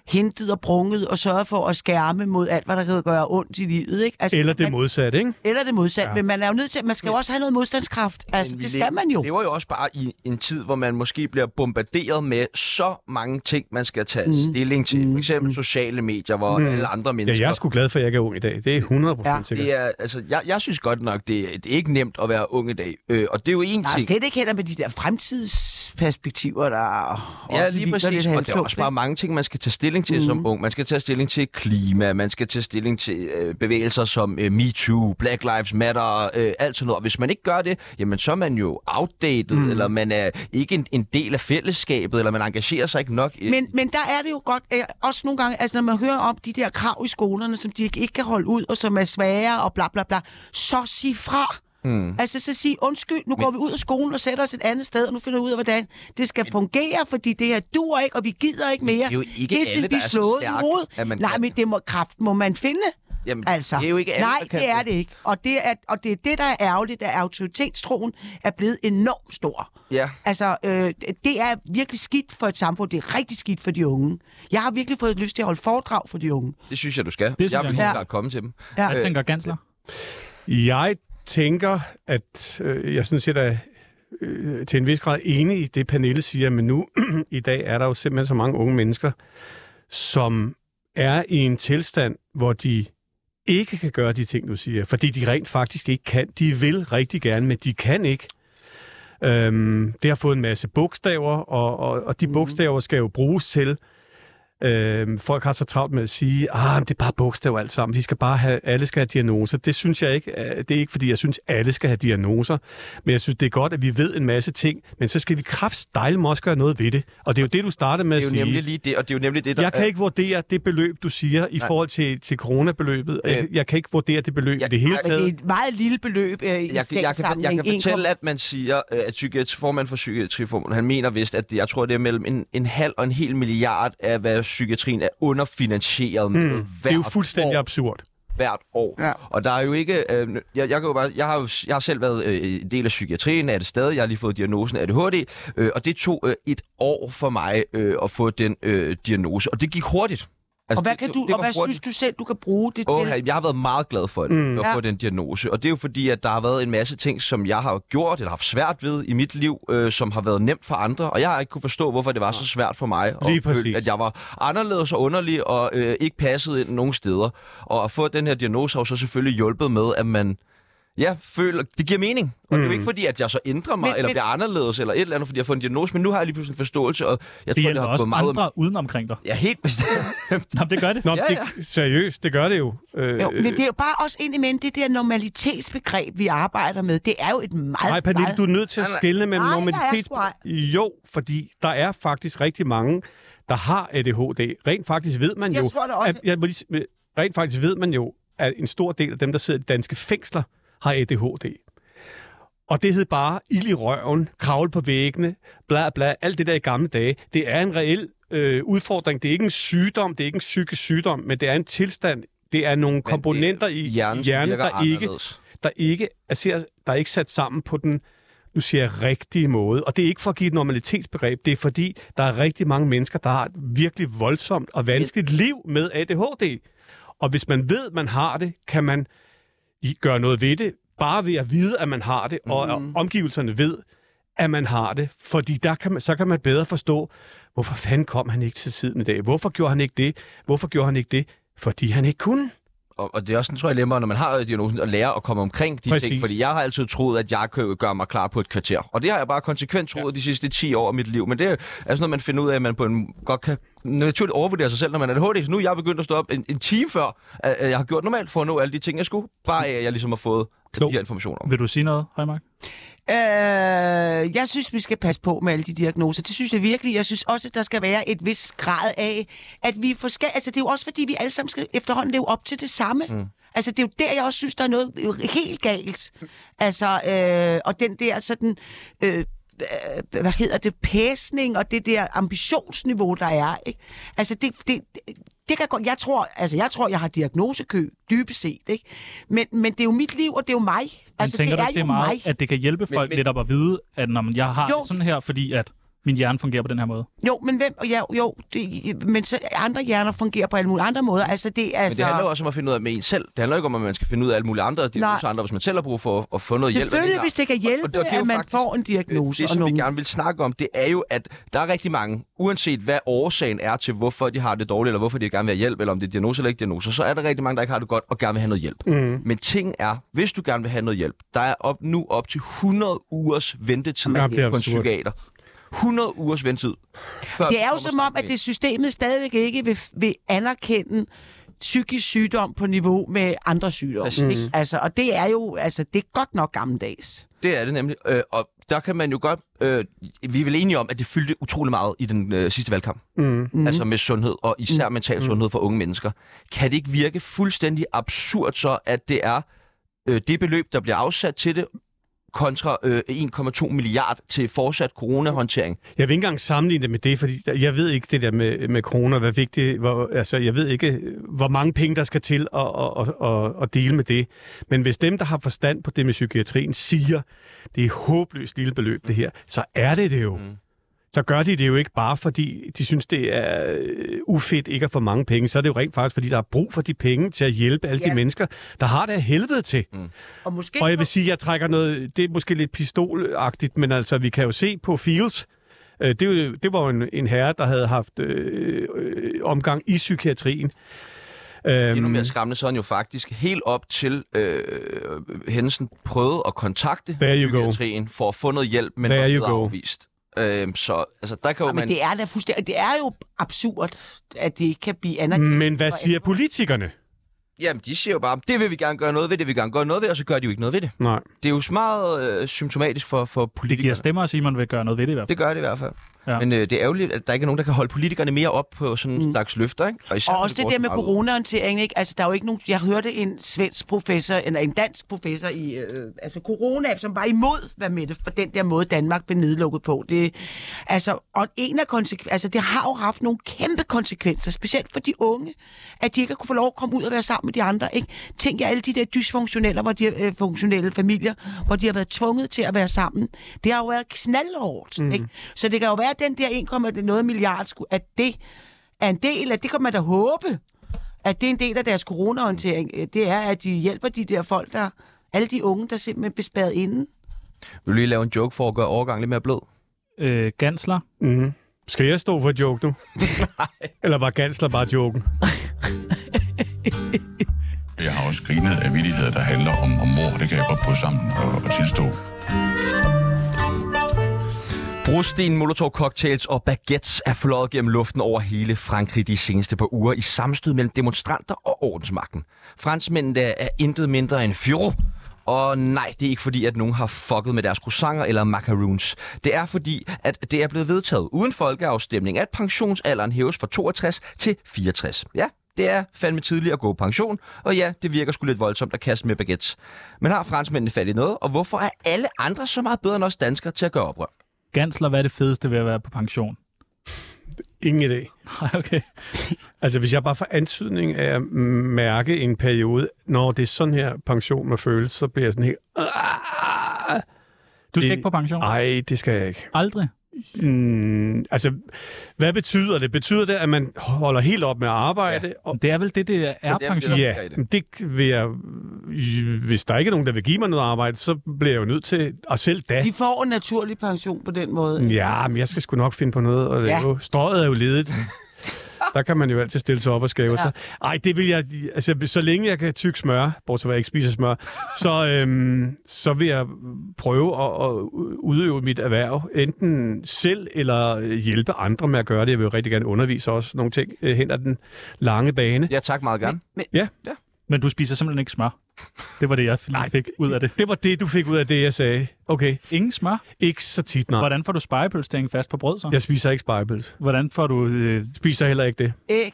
hentet og brunget og sørget for at skærme mod alt, hvad der kan gøre ondt i livet. Ikke? Altså, Eller det man, modsatte, ikke? Eller det modsatte, Ja. men man er jo nødt til, man skal jo også have noget modstandskraft. Altså, det skal man jo. Det var jo også bare i en tid, hvor man måske bliver bombarderet med så mange ting, man skal tage mm. stilling til. For eksempel mm. sociale medier, hvor mm. alle andre mennesker... Ja, jeg er sgu glad for, at jeg ikke er ung i dag. Det er hundrede procent Ja. sikkert. Det er, altså, jeg, jeg synes godt nok, det, det er ikke nemt at være ung i dag. Øh, og det er jo en Nej, ting... slet ikke heller med de der fremtidsperspektiver, der Ja, også lige ligger præcis. lidt Og der er halvtungt, også bare mange ting, man skal tage stilling til mm. som ung. Man skal tage stilling til klima, man skal tage stilling til øh, bevægelser som øh, MeToo, Black Lives Matter, øh, alt sådan noget. Og hvis man ikke gør det, jamen så er man jo outdated, mm. eller man er ikke en, en del af fællesskabet, eller man engagerer sig ikke nok. I... Men, men der er det jo godt, øh, også nogle gange, altså når man hører om de der krav i skolerne, som de ikke, ikke kan holde ud, og som er svære, og bla bla bla, så sig fra. Mm. Altså så sig, undskyld, nu men... går vi ud af skolen og sætter os et andet sted, og nu finder vi ud af, hvordan det skal men... fungere, fordi det her duer ikke, og vi gider ikke mere. Det er jo ikke Indtil alle, der er så stærke, at man Nej, kan... men det må, kraft må man finde. Jamen, altså, det er jo ikke alle, nej, der kan det er det ikke. Og det er, og det er det, der er ærgerligt, at autoritetstroen er blevet enormt stor. Ja. Altså, øh, det er virkelig skidt for et samfund. Det er rigtig skidt for de unge. Jeg har virkelig fået lyst til at holde foredrag for de unge. Det synes jeg, du skal. Det Jeg vil helt jeg. klart komme til dem. Ja. Jeg tænker, Gansler. Jeg tænker, at øh, jeg sådan set er øh, til en vis grad enig i det, Pernille siger, men nu i dag er der jo simpelthen så mange unge mennesker, som er i en tilstand, hvor de ikke kan gøre de ting, du siger, fordi de rent faktisk ikke kan. De vil rigtig gerne, men de kan ikke. Øhm, det har fået en masse bogstaver, og, og, og de bogstaver skal jo bruges til. Øhm, folk har så travlt med at sige, ah, det er bare bogstaver alt sammen. Vi skal bare have, alle skal have diagnoser. Det synes jeg ikke. Det er ikke, fordi jeg synes, alle skal have diagnoser. Men jeg synes, det er godt, at vi ved en masse ting. Men så skal vi kraftstejle også gøre noget ved det. Og det er jo det, du startede med at sige. Det er jo nemlig lige det, og det er jo nemlig det, der... Jeg kan ikke vurdere det beløb, du siger, i Nej. forhold til, til coronabeløbet. Øh, jeg kan ikke vurdere det beløb jeg, i det hele Men taget. det er et meget lille beløb øh, i jeg, jeg, jeg, kan, jeg kan fortælle, at man siger, at psykiatri, formand for Psykiatriforbundet, han mener vist, at det, jeg tror, det er mellem en, en halv og en hel milliard af, hvad psykiatrien er underfinansieret med mm, hvert Det er jo fuldstændig år. absurd. Hvert år. Ja. Og der er jo ikke... Øh, jeg, jeg, kan jo bare, jeg, har jo, jeg har selv været øh, en del af psykiatrien, er det stadig. Jeg har lige fået diagnosen A D H D, øh, og det tog øh, et år for mig øh, at få den øh, diagnose, og det gik hurtigt. Altså, og hvad, det, kan det, du, det og hvad synes du selv, du kan bruge det oh, til? Jeg har været meget glad for det, mm. at få ja. den diagnose. Og det er jo fordi, at der har været en masse ting, som jeg har gjort, eller haft svært ved i mit liv, øh, som har været nemt for andre. Og jeg har ikke kunne forstå, hvorfor det var så svært for mig. Lige og præcis. føle, at jeg var anderledes og underlig, og øh, ikke passede ind nogen steder. Og at få den her diagnose har jo så selvfølgelig hjulpet med, at man... Jeg føler, det giver mening. Og mm. det er jo ikke fordi, at jeg så ændrer mig, men, eller men, bliver anderledes, eller et eller andet, fordi jeg får en diagnose. Men nu har jeg lige pludselig en forståelse, og jeg det tror, det har også gået meget... andre uden omkring dig. Ja, helt bestemt. Nå, det gør det. Nå, ja, ja. det, seriøst, det gør det jo. Øh, jo, men det er jo bare også indimellem det der normalitetsbegreb, vi arbejder med. Det er jo et meget... Nej, Pernille, meget... du er nødt til at skelne mellem Nej, normalitetsbegreb. Jo, fordi der er faktisk rigtig mange, der har A D H D. Rent faktisk ved man jeg jo... Tror, også... at, jeg må lige, rent faktisk ved man jo, at en stor del af dem, der sidder i danske fængsler, har A D H D. Og det hed bare ild i røven, kravle på væggene, bla bla, alt det der i gamle dage. Det er en reel øh, udfordring. Det er ikke en sygdom, det er ikke en psykisk sygdom, men det er en tilstand. Det er nogle men komponenter i hjernen, hjernen der, ikke, der, ikke er, der er ikke sat sammen på den, nu siger jeg, rigtige måde. Og det er ikke for at give et normalitetsbegreb, det er fordi, der er rigtig mange mennesker, der har et virkelig voldsomt og vanskeligt liv med A D H D. Og hvis man ved, man har det, kan man gøre noget ved det, bare ved at vide, at man har det, og mm. omgivelserne ved, at man har det. Fordi der kan man, så kan man bedre forstå, hvorfor fanden kom han ikke til siden i dag? Hvorfor gjorde han ikke det? Hvorfor gjorde han ikke det? Fordi han ikke kunne. Og, og det er også sådan, tror jeg, lemmer, når man har diagnosen, at lære at komme omkring de Præcis. ting. Fordi jeg har altid troet, at jeg kan gøre mig klar på et kvarter. Og det har jeg bare konsekvent troet ja. de sidste ti år af mit liv. Men det er sådan noget, man finder ud af, at man på en godt kan naturligt overvurdere sig selv, når man er A D H D. Så nu er jeg begyndt at stå op en, en time før, at jeg har gjort normalt for at nå alle de ting, jeg skulle. Bare at jeg ligesom har fået Klog. de her informationer om. Vil du sige noget, Højmark? Øh, jeg synes, vi skal passe på med alle de diagnoser. Det synes jeg virkelig. Jeg synes også, at der skal være et vis grad af, at vi er forskellige. Altså, det er jo også, fordi vi alle sammen skal efterhånden leve op til det samme. Mm. Altså, det er jo der, jeg også synes, der er noget helt galt. Altså, øh, og den der sådan... Øh, hvad hedder det, pæsning og det der ambitionsniveau, der er, ikke? Altså, det, det, det kan godt, jeg tror, altså, jeg tror, jeg har diagnosekø, dybest set, ikke? Men, men det er jo mit liv, og det er jo mig. Men altså, tænker det du, er det er jo meget, mig. At det kan hjælpe folk men, lidt op at vide, at når man, jeg har jo. det sådan her, fordi at min hjerne fungerer på den her måde. Jo, men hvem... Ja, jo, det, men så andre hjerner fungerer på alle mulige andre måder. Altså, det er Men altså... det handler jo også om at finde ud af med en selv. Det handler ikke om, at man skal finde ud af alle mulige andre. Det er også andre, hvis man selv har brug for at få noget hjælp. Selvfølgelig, hvis det kan hjælpe, og, og, og at man faktisk, får en diagnose. Det, det som nogen... vi gerne vil snakke om, det er jo, at der er rigtig mange, uanset hvad årsagen er til, hvorfor de har det dårligt, eller hvorfor de gerne vil have hjælp, eller om det er diagnose eller ikke diagnose, så er der rigtig mange, der ikke har det godt og gerne vil have noget hjælp. Mm. Men ting er, hvis du gerne vil have noget hjælp, der er op, nu op til hundrede ugers ventetid ja, på en psykiater. hundrede ugers ventetid. Det er jo som om, at det systemet stadigvæk ikke vil, vil anerkende psykisk sygdom på niveau med andre sygdomme. Mm. Altså, og det er jo altså, det er godt nok gammeldags. Det er det nemlig. Øh, og der kan man jo godt... Øh, vi er vel enige om, at det fyldte utrolig meget i den øh, sidste valgkamp. Mm. Altså med sundhed, og især mm. mental sundhed for unge mennesker. Kan det ikke virke fuldstændig absurd så, at det er øh, det beløb, der bliver afsat til det, kontra øh, en komma to milliard til fortsat coronahåndtering? Jeg vil ikke engang sammenligne det med det, fordi jeg ved ikke det der med, med corona, hvad vigtigt, hvor, altså jeg ved ikke, hvor mange penge der skal til at, at, at, at dele med det. Men hvis dem, der har forstand på det med psykiatrien, siger, det er håbløst lille beløb det her, så er det det jo. Mm. Så gør de det jo ikke bare, fordi de synes, det er ufedt ikke at få mange penge. Så er det jo rent faktisk, fordi der er brug for de penge til at hjælpe alle ja. de mennesker, der har det af helvede til. Mm. Og, måske... og jeg vil sige, at jeg trækker noget, det er måske lidt pistolagtigt, men altså, vi kan jo se på Fields. Det, det var jo en, en herre, der havde haft øh, øh, omgang i psykiatrien. Endnu mere skræmmende, så han jo faktisk helt op til øh, hændelsen prøvede at kontakte psykiatrien for at få noget hjælp, men var blevet afvist. Øhm, så altså, der kan jo ja, men man... det er da fuldstændig, det er jo absurd, at det ikke kan blive anerkendt. Men hvad siger politikerne? Jamen, de siger jo bare, det vil vi gerne gøre noget ved, det vil vi gerne gøre noget ved, og så gør de jo ikke noget ved det. Nej. Det er jo meget øh, symptomatisk for, for politikerne. Det giver stemmer at sige, at man vil gøre noget ved det i hvert fald. Det gør det i hvert fald. Ja. Men øh, det er ærgerligt, at der ikke er nogen, der kan holde politikerne mere op på sådan en mm. slags løfter, ikke? Og, og også det der med coronahåndtering, ikke? Altså, der er jo ikke nogen... Jeg hørte en svensk professor, eller en dansk professor i øh, altså corona, som var imod, hvad med det, for den der måde, Danmark blev nedlukket på. Det, altså, og en af konsekvenser... Altså, det har jo haft nogle kæmpe konsekvenser, specielt for de unge, at de ikke har kunne få lov at komme ud og være sammen med de andre, ikke? Tænk jer alle de der dysfunktionelle, hvor de, øh, funktionelle familier, hvor de har været tvunget til at være sammen. Det har jo været knaldhårdt, mm. ikke? Så det kan jo være, at den der en komma nul milliard, at det er en del af, det kan man da håbe, at det er en del af deres coronahåndtering, det er, at de hjælper de der folk, der, alle de unge, der simpelthen bliver spærret inde. Vil du lige lave en joke for at gøre overgang lidt mere blød? Øh, Gansler. Mm-hmm. Skal jeg stå for et joke nu? Eller var Gansler bare joken? Jeg har også grinet af vittigheder, der handler om, om mor. Det kan jeg godt på sammen og, og tilstå. Brosten, molotov-cocktails og baguettes er fløjet gennem luften over hele Frankrig de seneste par uger i sammenstød mellem demonstranter og ordensmagten. Franskmændene er intet mindre end fyro. Og nej, det er ikke fordi, at nogen har fucket med deres croissanter eller macaroons. Det er fordi, at det er blevet vedtaget uden folkeafstemning, at pensionsalderen hæves fra toogtres til fireogtres. Ja, det er fandme tidligt at gå på pension, og ja, det virker sgu lidt voldsomt at kaste med baguettes. Men har franskmændene fat i noget, og hvorfor er alle andre så meget bedre end os danskere til at gøre oprør? Gansler, hvad er det fedeste ved at være på pension? Ingen idé. Nej, okay. Altså, hvis jeg bare får antydning af at mærke en periode, når det er sådan her pension med følelse, så bliver jeg sådan helt... Du skal det... ikke på pension? Nej, det skal jeg ikke. Aldrig? Mm, altså, hvad betyder det? Betyder det, at man holder helt op med at arbejde? Ja. Og... Det er vel det, det er, er pension? Ja, det vil jeg... Hvis der ikke er nogen, der vil give mig noget arbejde, så bliver jeg jo nødt til... Og selv da... De får en naturlig pension på den måde. Ja, men jeg skal sgu nok finde på noget at lave. Ja. Strøget er jo ledigt. Der kan man jo altid stille sig op og skæve ja. sig. Ej, det vil jeg... Altså, så længe jeg kan tygge smør, bortset fra jeg ikke spiser smør, så, øhm, så vil jeg prøve at, at udøve mit erhverv, enten selv eller hjælpe andre med at gøre det. Jeg vil jo rigtig gerne undervise også nogle ting øh, hen ad den lange bane. Ja, tak meget gerne. Men, ja. ja. Men du spiser simpelthen ikke smør? Det var det, jeg nej, fik ud af det. Det var det, du fik ud af det, jeg sagde. Okay. Ingen smør? Ikke så tit, nej. Hvordan får du spegepølse til at hænge fast på brød, så? Jeg spiser ikke spegepølse. Hvordan får du... Øh... Spiser heller ikke det. Æg?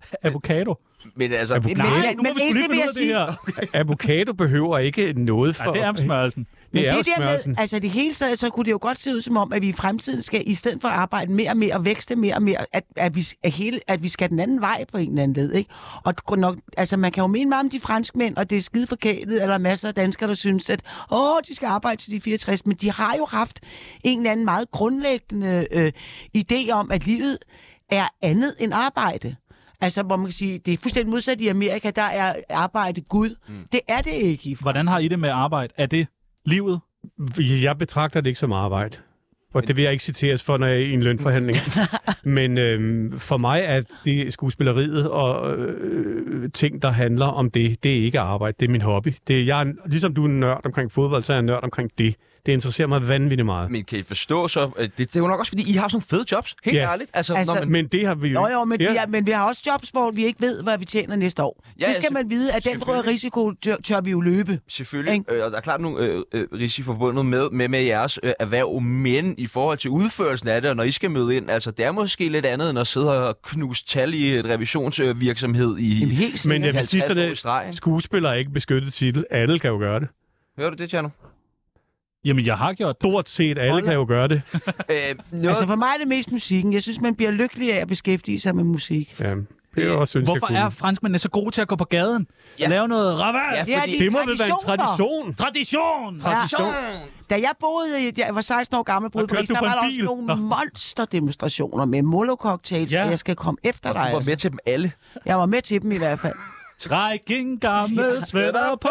Avocado. Men altså... Avocado. Nej, Men- nu må men vi sgu lige egentlig finde vil ud af det jeg her. Avocado behøver ikke noget for... Nej, det er smørelsen. Men Det er jo det der smørelsen. med, altså det hele taget, så kunne det jo godt se ud som om, at vi i fremtiden skal, i stedet for at arbejde mere og mere og vækste mere og mere, at, at, vi, at, hele, at vi skal den anden vej på en eller anden led, ikke? Og nok, altså man kan jo mene meget om de franskmænd, og det er skide forkælet, eller masser af danskere, der synes, at åh, de skal arbejde til de fireogtres, men de har jo haft en eller anden meget grundlæggende øh, idé om, at livet er andet end arbejde. Altså, hvor man kan sige, det er fuldstændig modsat i Amerika, der er arbejde Gud. Mm. Det er det ikke i Hvordan har I det med arbejde? Er det livet? Jeg betragter det ikke som arbejde. Og det vil jeg ikke citeres for, når jeg er i en lønforhandling. Men øhm, for mig er det skuespilleriet og øh, ting, der handler om det, det er ikke arbejde. Det er min hobby. Det er, jeg er, ligesom du er en nørd omkring fodbold, så er jeg en nørd omkring det. Det interesserer mig vanvittigt meget. Men kan I forstå så... Det, det er jo nok også, fordi I har sådan nogle fede jobs. Helt Ja. ærligt. Altså, Altså- når man, Men det har vi jo... Jo, jo, men, Ja. ja. men vi har også jobs, hvor vi ikke ved, hvad vi tjener næste år. Ja, det skal selvfø- man vide, at den selvfølgelig. risiko tør, tør vi jo løbe. selvfølgelig. Ikke? Øh, og der er klart nogle øh, øh, risici forbundet med, med, med jeres øh, erhverv, men i forhold til udførelsen af det, og når I skal møde ind, altså det er måske lidt andet, end at sidde og knuse tal i et revisionsvirksomhed i... Jamen, helt Men sikkert. jeg vil sige halvtreds år sådan, i streg, ikke? at skuespiller er ikke beskyttet titel. Alle kan jo gøre det. Hører du det, Tjerno? Jamen, jeg har gjort det. Stort set alle kan jo gøre det. Øh, noget, Altså for mig er det mest musikken. Jeg synes, man bliver lykkelig af at beskæftige sig med musik. Ja, det er også, synes Hvorfor jeg, er franskmændene så gode til at gå på gaden? Ja. Ja. Lave noget ravat? Ja, Ja, fordi... de- Det må vel være en traditioner. tradition. Tradition! Tradition. Da jeg boede, i- jeg var seksten år gammel, boede i Og kørte Paris, du der på var en der også bil? nogle Nå. monsterdemonstrationer med Molotov-cocktails, Ja. og jeg skal komme efter Og dig. du var Altså. med til dem alle. Jeg var med til dem i hvert fald. Træk en gammel sweater på!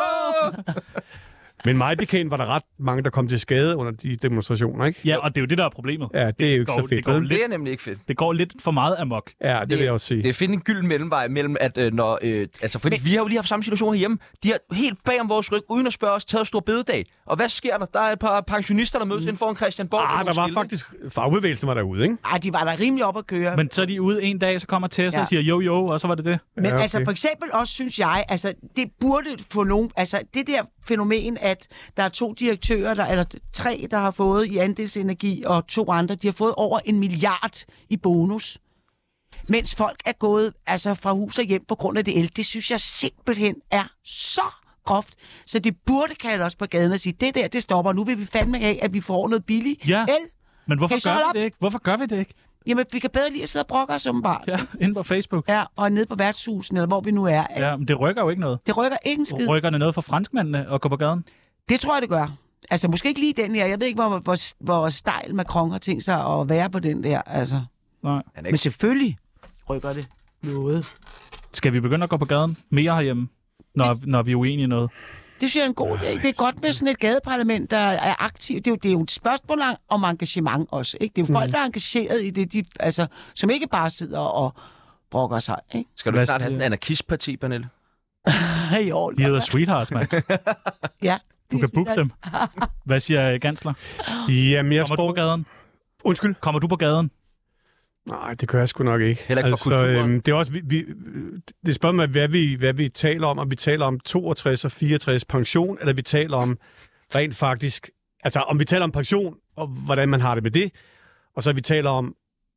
Men mig bekendt var der ret mange, der kom til skade under de demonstrationer, ikke? Ja, og det er jo det, der er problemet. Ja, det er jo ikke går- så fedt. det går vel? lidt- Det er nemlig ikke fedt. Det går lidt for meget amok. Ja, det vil jeg også sige. Det er at finde en gylden mellemvej mellem, at øh, når... Øh, altså, fordi Men... vi har jo lige haft samme situation herhjemme. De har helt bag om vores ryg, uden at spørge os, taget stor bededag. Og hvad sker der? Der er et par pensionister, der mødes mm. inden foran Christianborg. Ah, der var faktisk... Fagbevægelsen var derude, ikke? Ej, de var der rimelig op at køre. Men så er de ude en dag, så kommer Tessa Ja. og siger jo jo, og så var det det. Men Ja, okay. altså for eksempel også, synes jeg, altså det burde få nogen, altså det der fænomen, at der er to direktører, der, eller tre, der har fået i andelsenergi, og to andre, de har fået over en milliard i bonus. Mens folk er gået altså fra hus og hjem på grund af det el. Det synes jeg simpelthen er så groft. Så det burde kalde os på gaden og sige, det der, det stopper. Nu vil vi fandme have, at vi får noget billigt Ja. el. Men hvorfor Kan I så gør holde vi op? det ikke? Hvorfor gør vi det ikke? Jamen, vi kan bedre lige at sidde og brokke os åbenbart. Ja, inde på Facebook. Ja, og nede på værtshusen, eller hvor vi nu er. Ja, men det rykker jo ikke noget. Det rykker ikke en skid. Rykker det noget for franskmændene at gå på gaden? Det tror jeg, det gør. Altså, måske ikke lige den her. Jeg ved ikke, hvor, hvor, hvor stejl Macron har tænkt sig at være på den der. Altså. Nej. Men selvfølgelig rykker det noget. Skal vi begynde at gå på gaden mere herhjemme, når, når vi er uenige i noget? Det synes jeg er en god idé. Det er godt med sådan et gadeparlament, der er aktivt. Det er jo, det er jo et spørgsmål om engagement også. Ikke? Det er jo folk, der er engageret i det, de, altså, som ikke bare sidder og brokker sig. Ikke? Skal du Hvad ikke snart have siger- sådan en anarkistparti, Pernille? I år. De hedder Sweethearts, mand. Ja. Du kan booke dem. Hvad siger Gansler? Jamen, jeg Kommer du på står... gaden? Undskyld? Kommer du på gaden? Nej, det gør jeg sgu nok ikke. Heller ikke for kulturen. øhm, det er også, vi, vi, det er spørgsmål om, hvad vi, hvad vi taler om, om vi taler om toogtres og fireogtres pension, eller vi taler om rent faktisk, altså om vi taler om pension, og hvordan man har det med det, og så vi taler om,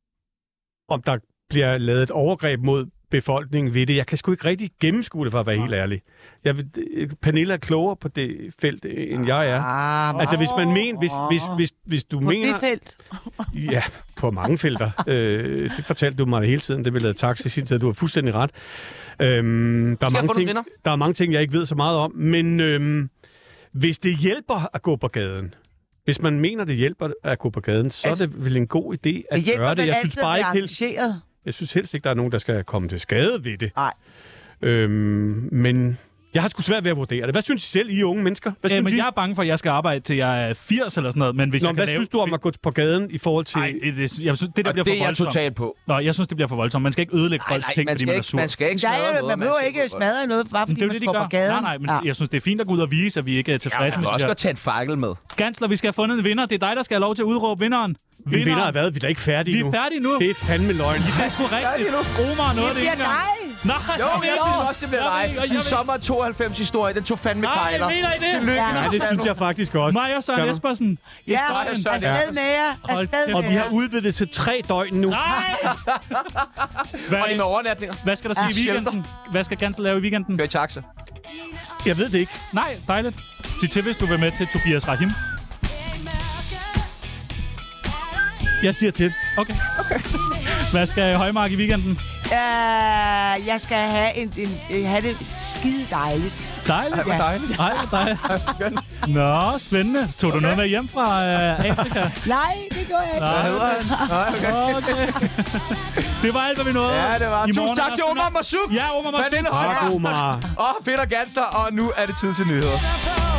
om der bliver lavet et overgreb mod befolkningen ved det. Jeg kan sgu ikke rigtig gennemskue det, for at være helt ærlig. Jeg vil, Pernille er klogere på det felt, end jeg er. Ah, Altså, hvis man mener, hvis, hvis, hvis, hvis du på mener... det felt. Ja, på mange felter. øh, det fortalte du mig hele tiden, det vi lavede taxi i sin tid. Du har fuldstændig ret. Øhm, der, er Skal jeg mange få nogle ting, vinder? der er mange ting, jeg ikke ved så meget om. Men øhm, hvis det hjælper at gå på gaden, hvis man mener, det hjælper at gå på gaden, så er det vel en god idé at Det hjælper gøre det. vel Jeg altid synes at bare være ikke helst, engageret. jeg synes helst ikke, der er nogen, der skal komme til skade ved det. Nej. Øhm, men jeg har sgu svært ved at vurdere det. Hvad synes I selv, I unge mennesker? Hvad Æ, synes men I? jeg er bange for, at jeg skal arbejde til jeg er firs eller sådan noget. Men hvis Nå, jeg hvad kan synes lave... du om at gå på gaden i forhold til... Nej, det, det, jeg synes, det der Og bliver det for er jeg voldsomt. totalt på. Nå, jeg synes, det bliver for voldsomt. Man skal ikke ødelægge Nej, folks nej, ting, man fordi skal, man er ikke, sur. man skal ikke Ja, smadre ja, noget. man behøver skal ikke gå- smadre noget, bare fordi Det er jo man det, de står gør. på gaden. Nej, nej, men Ja. jeg synes, det er fint at gå ud og vise, at vi ikke er tilfredse Man med kan det også der. godt tage en fakkel med. Gansler, vi skal have fundet en vinder. Det er dig, der skal have lov til at udråbe vinderen. Vi vinder af hvad? Vi er da ikke færdige Vi nu. er færdige nu. Det er fandme løgn. Det er sgu rigtigt. Omar noget af det Det ikke bliver engang. dig! Nej, Jo, men jeg synes også, det bliver Jeg ved dig. ikke, og jeg Din ved- sommer tooghalvfems-historie, den tog fandme Nej, kejler. mener I det? Tillykke, Ja. Ja, det synes jeg faktisk også. Mig og Søren Kan du? Espersen. Ja, Mig og Søren afsted med jer. Hold Afsted kæft. Og med vi jer. har udvidet det til tre døgn nu. Nej! Og det med Hvad, overnatninger. hvad skal der ske i Ah, weekenden? Hvad skal Gansel lave i weekenden? Kør i taxa. Jeg ved det ikke. Nej, dejligt. Sig til, hvis du vil med til Tobias Rahim. Jeg siger til. Okay. okay. Hvad skal Højmark i weekenden? Uh, jeg skal have, en, en, have det skide dejligt. Dejligt. Hvor dejligt. Ej, hvor dejligt. Nå, spændende. Tog du noget med hjem fra øh, Afrika? Nej, det gør jeg ikke. Nej, okay. Det var alt, hvad vi nåede. Ja, det var. I Tusind morgen er tak der til sådan- Omar Masuk. Ja, Omar Masuk. Pernille Tak, Højmark Omar. og Peter Gansler. Og nu er det tid til nyheder.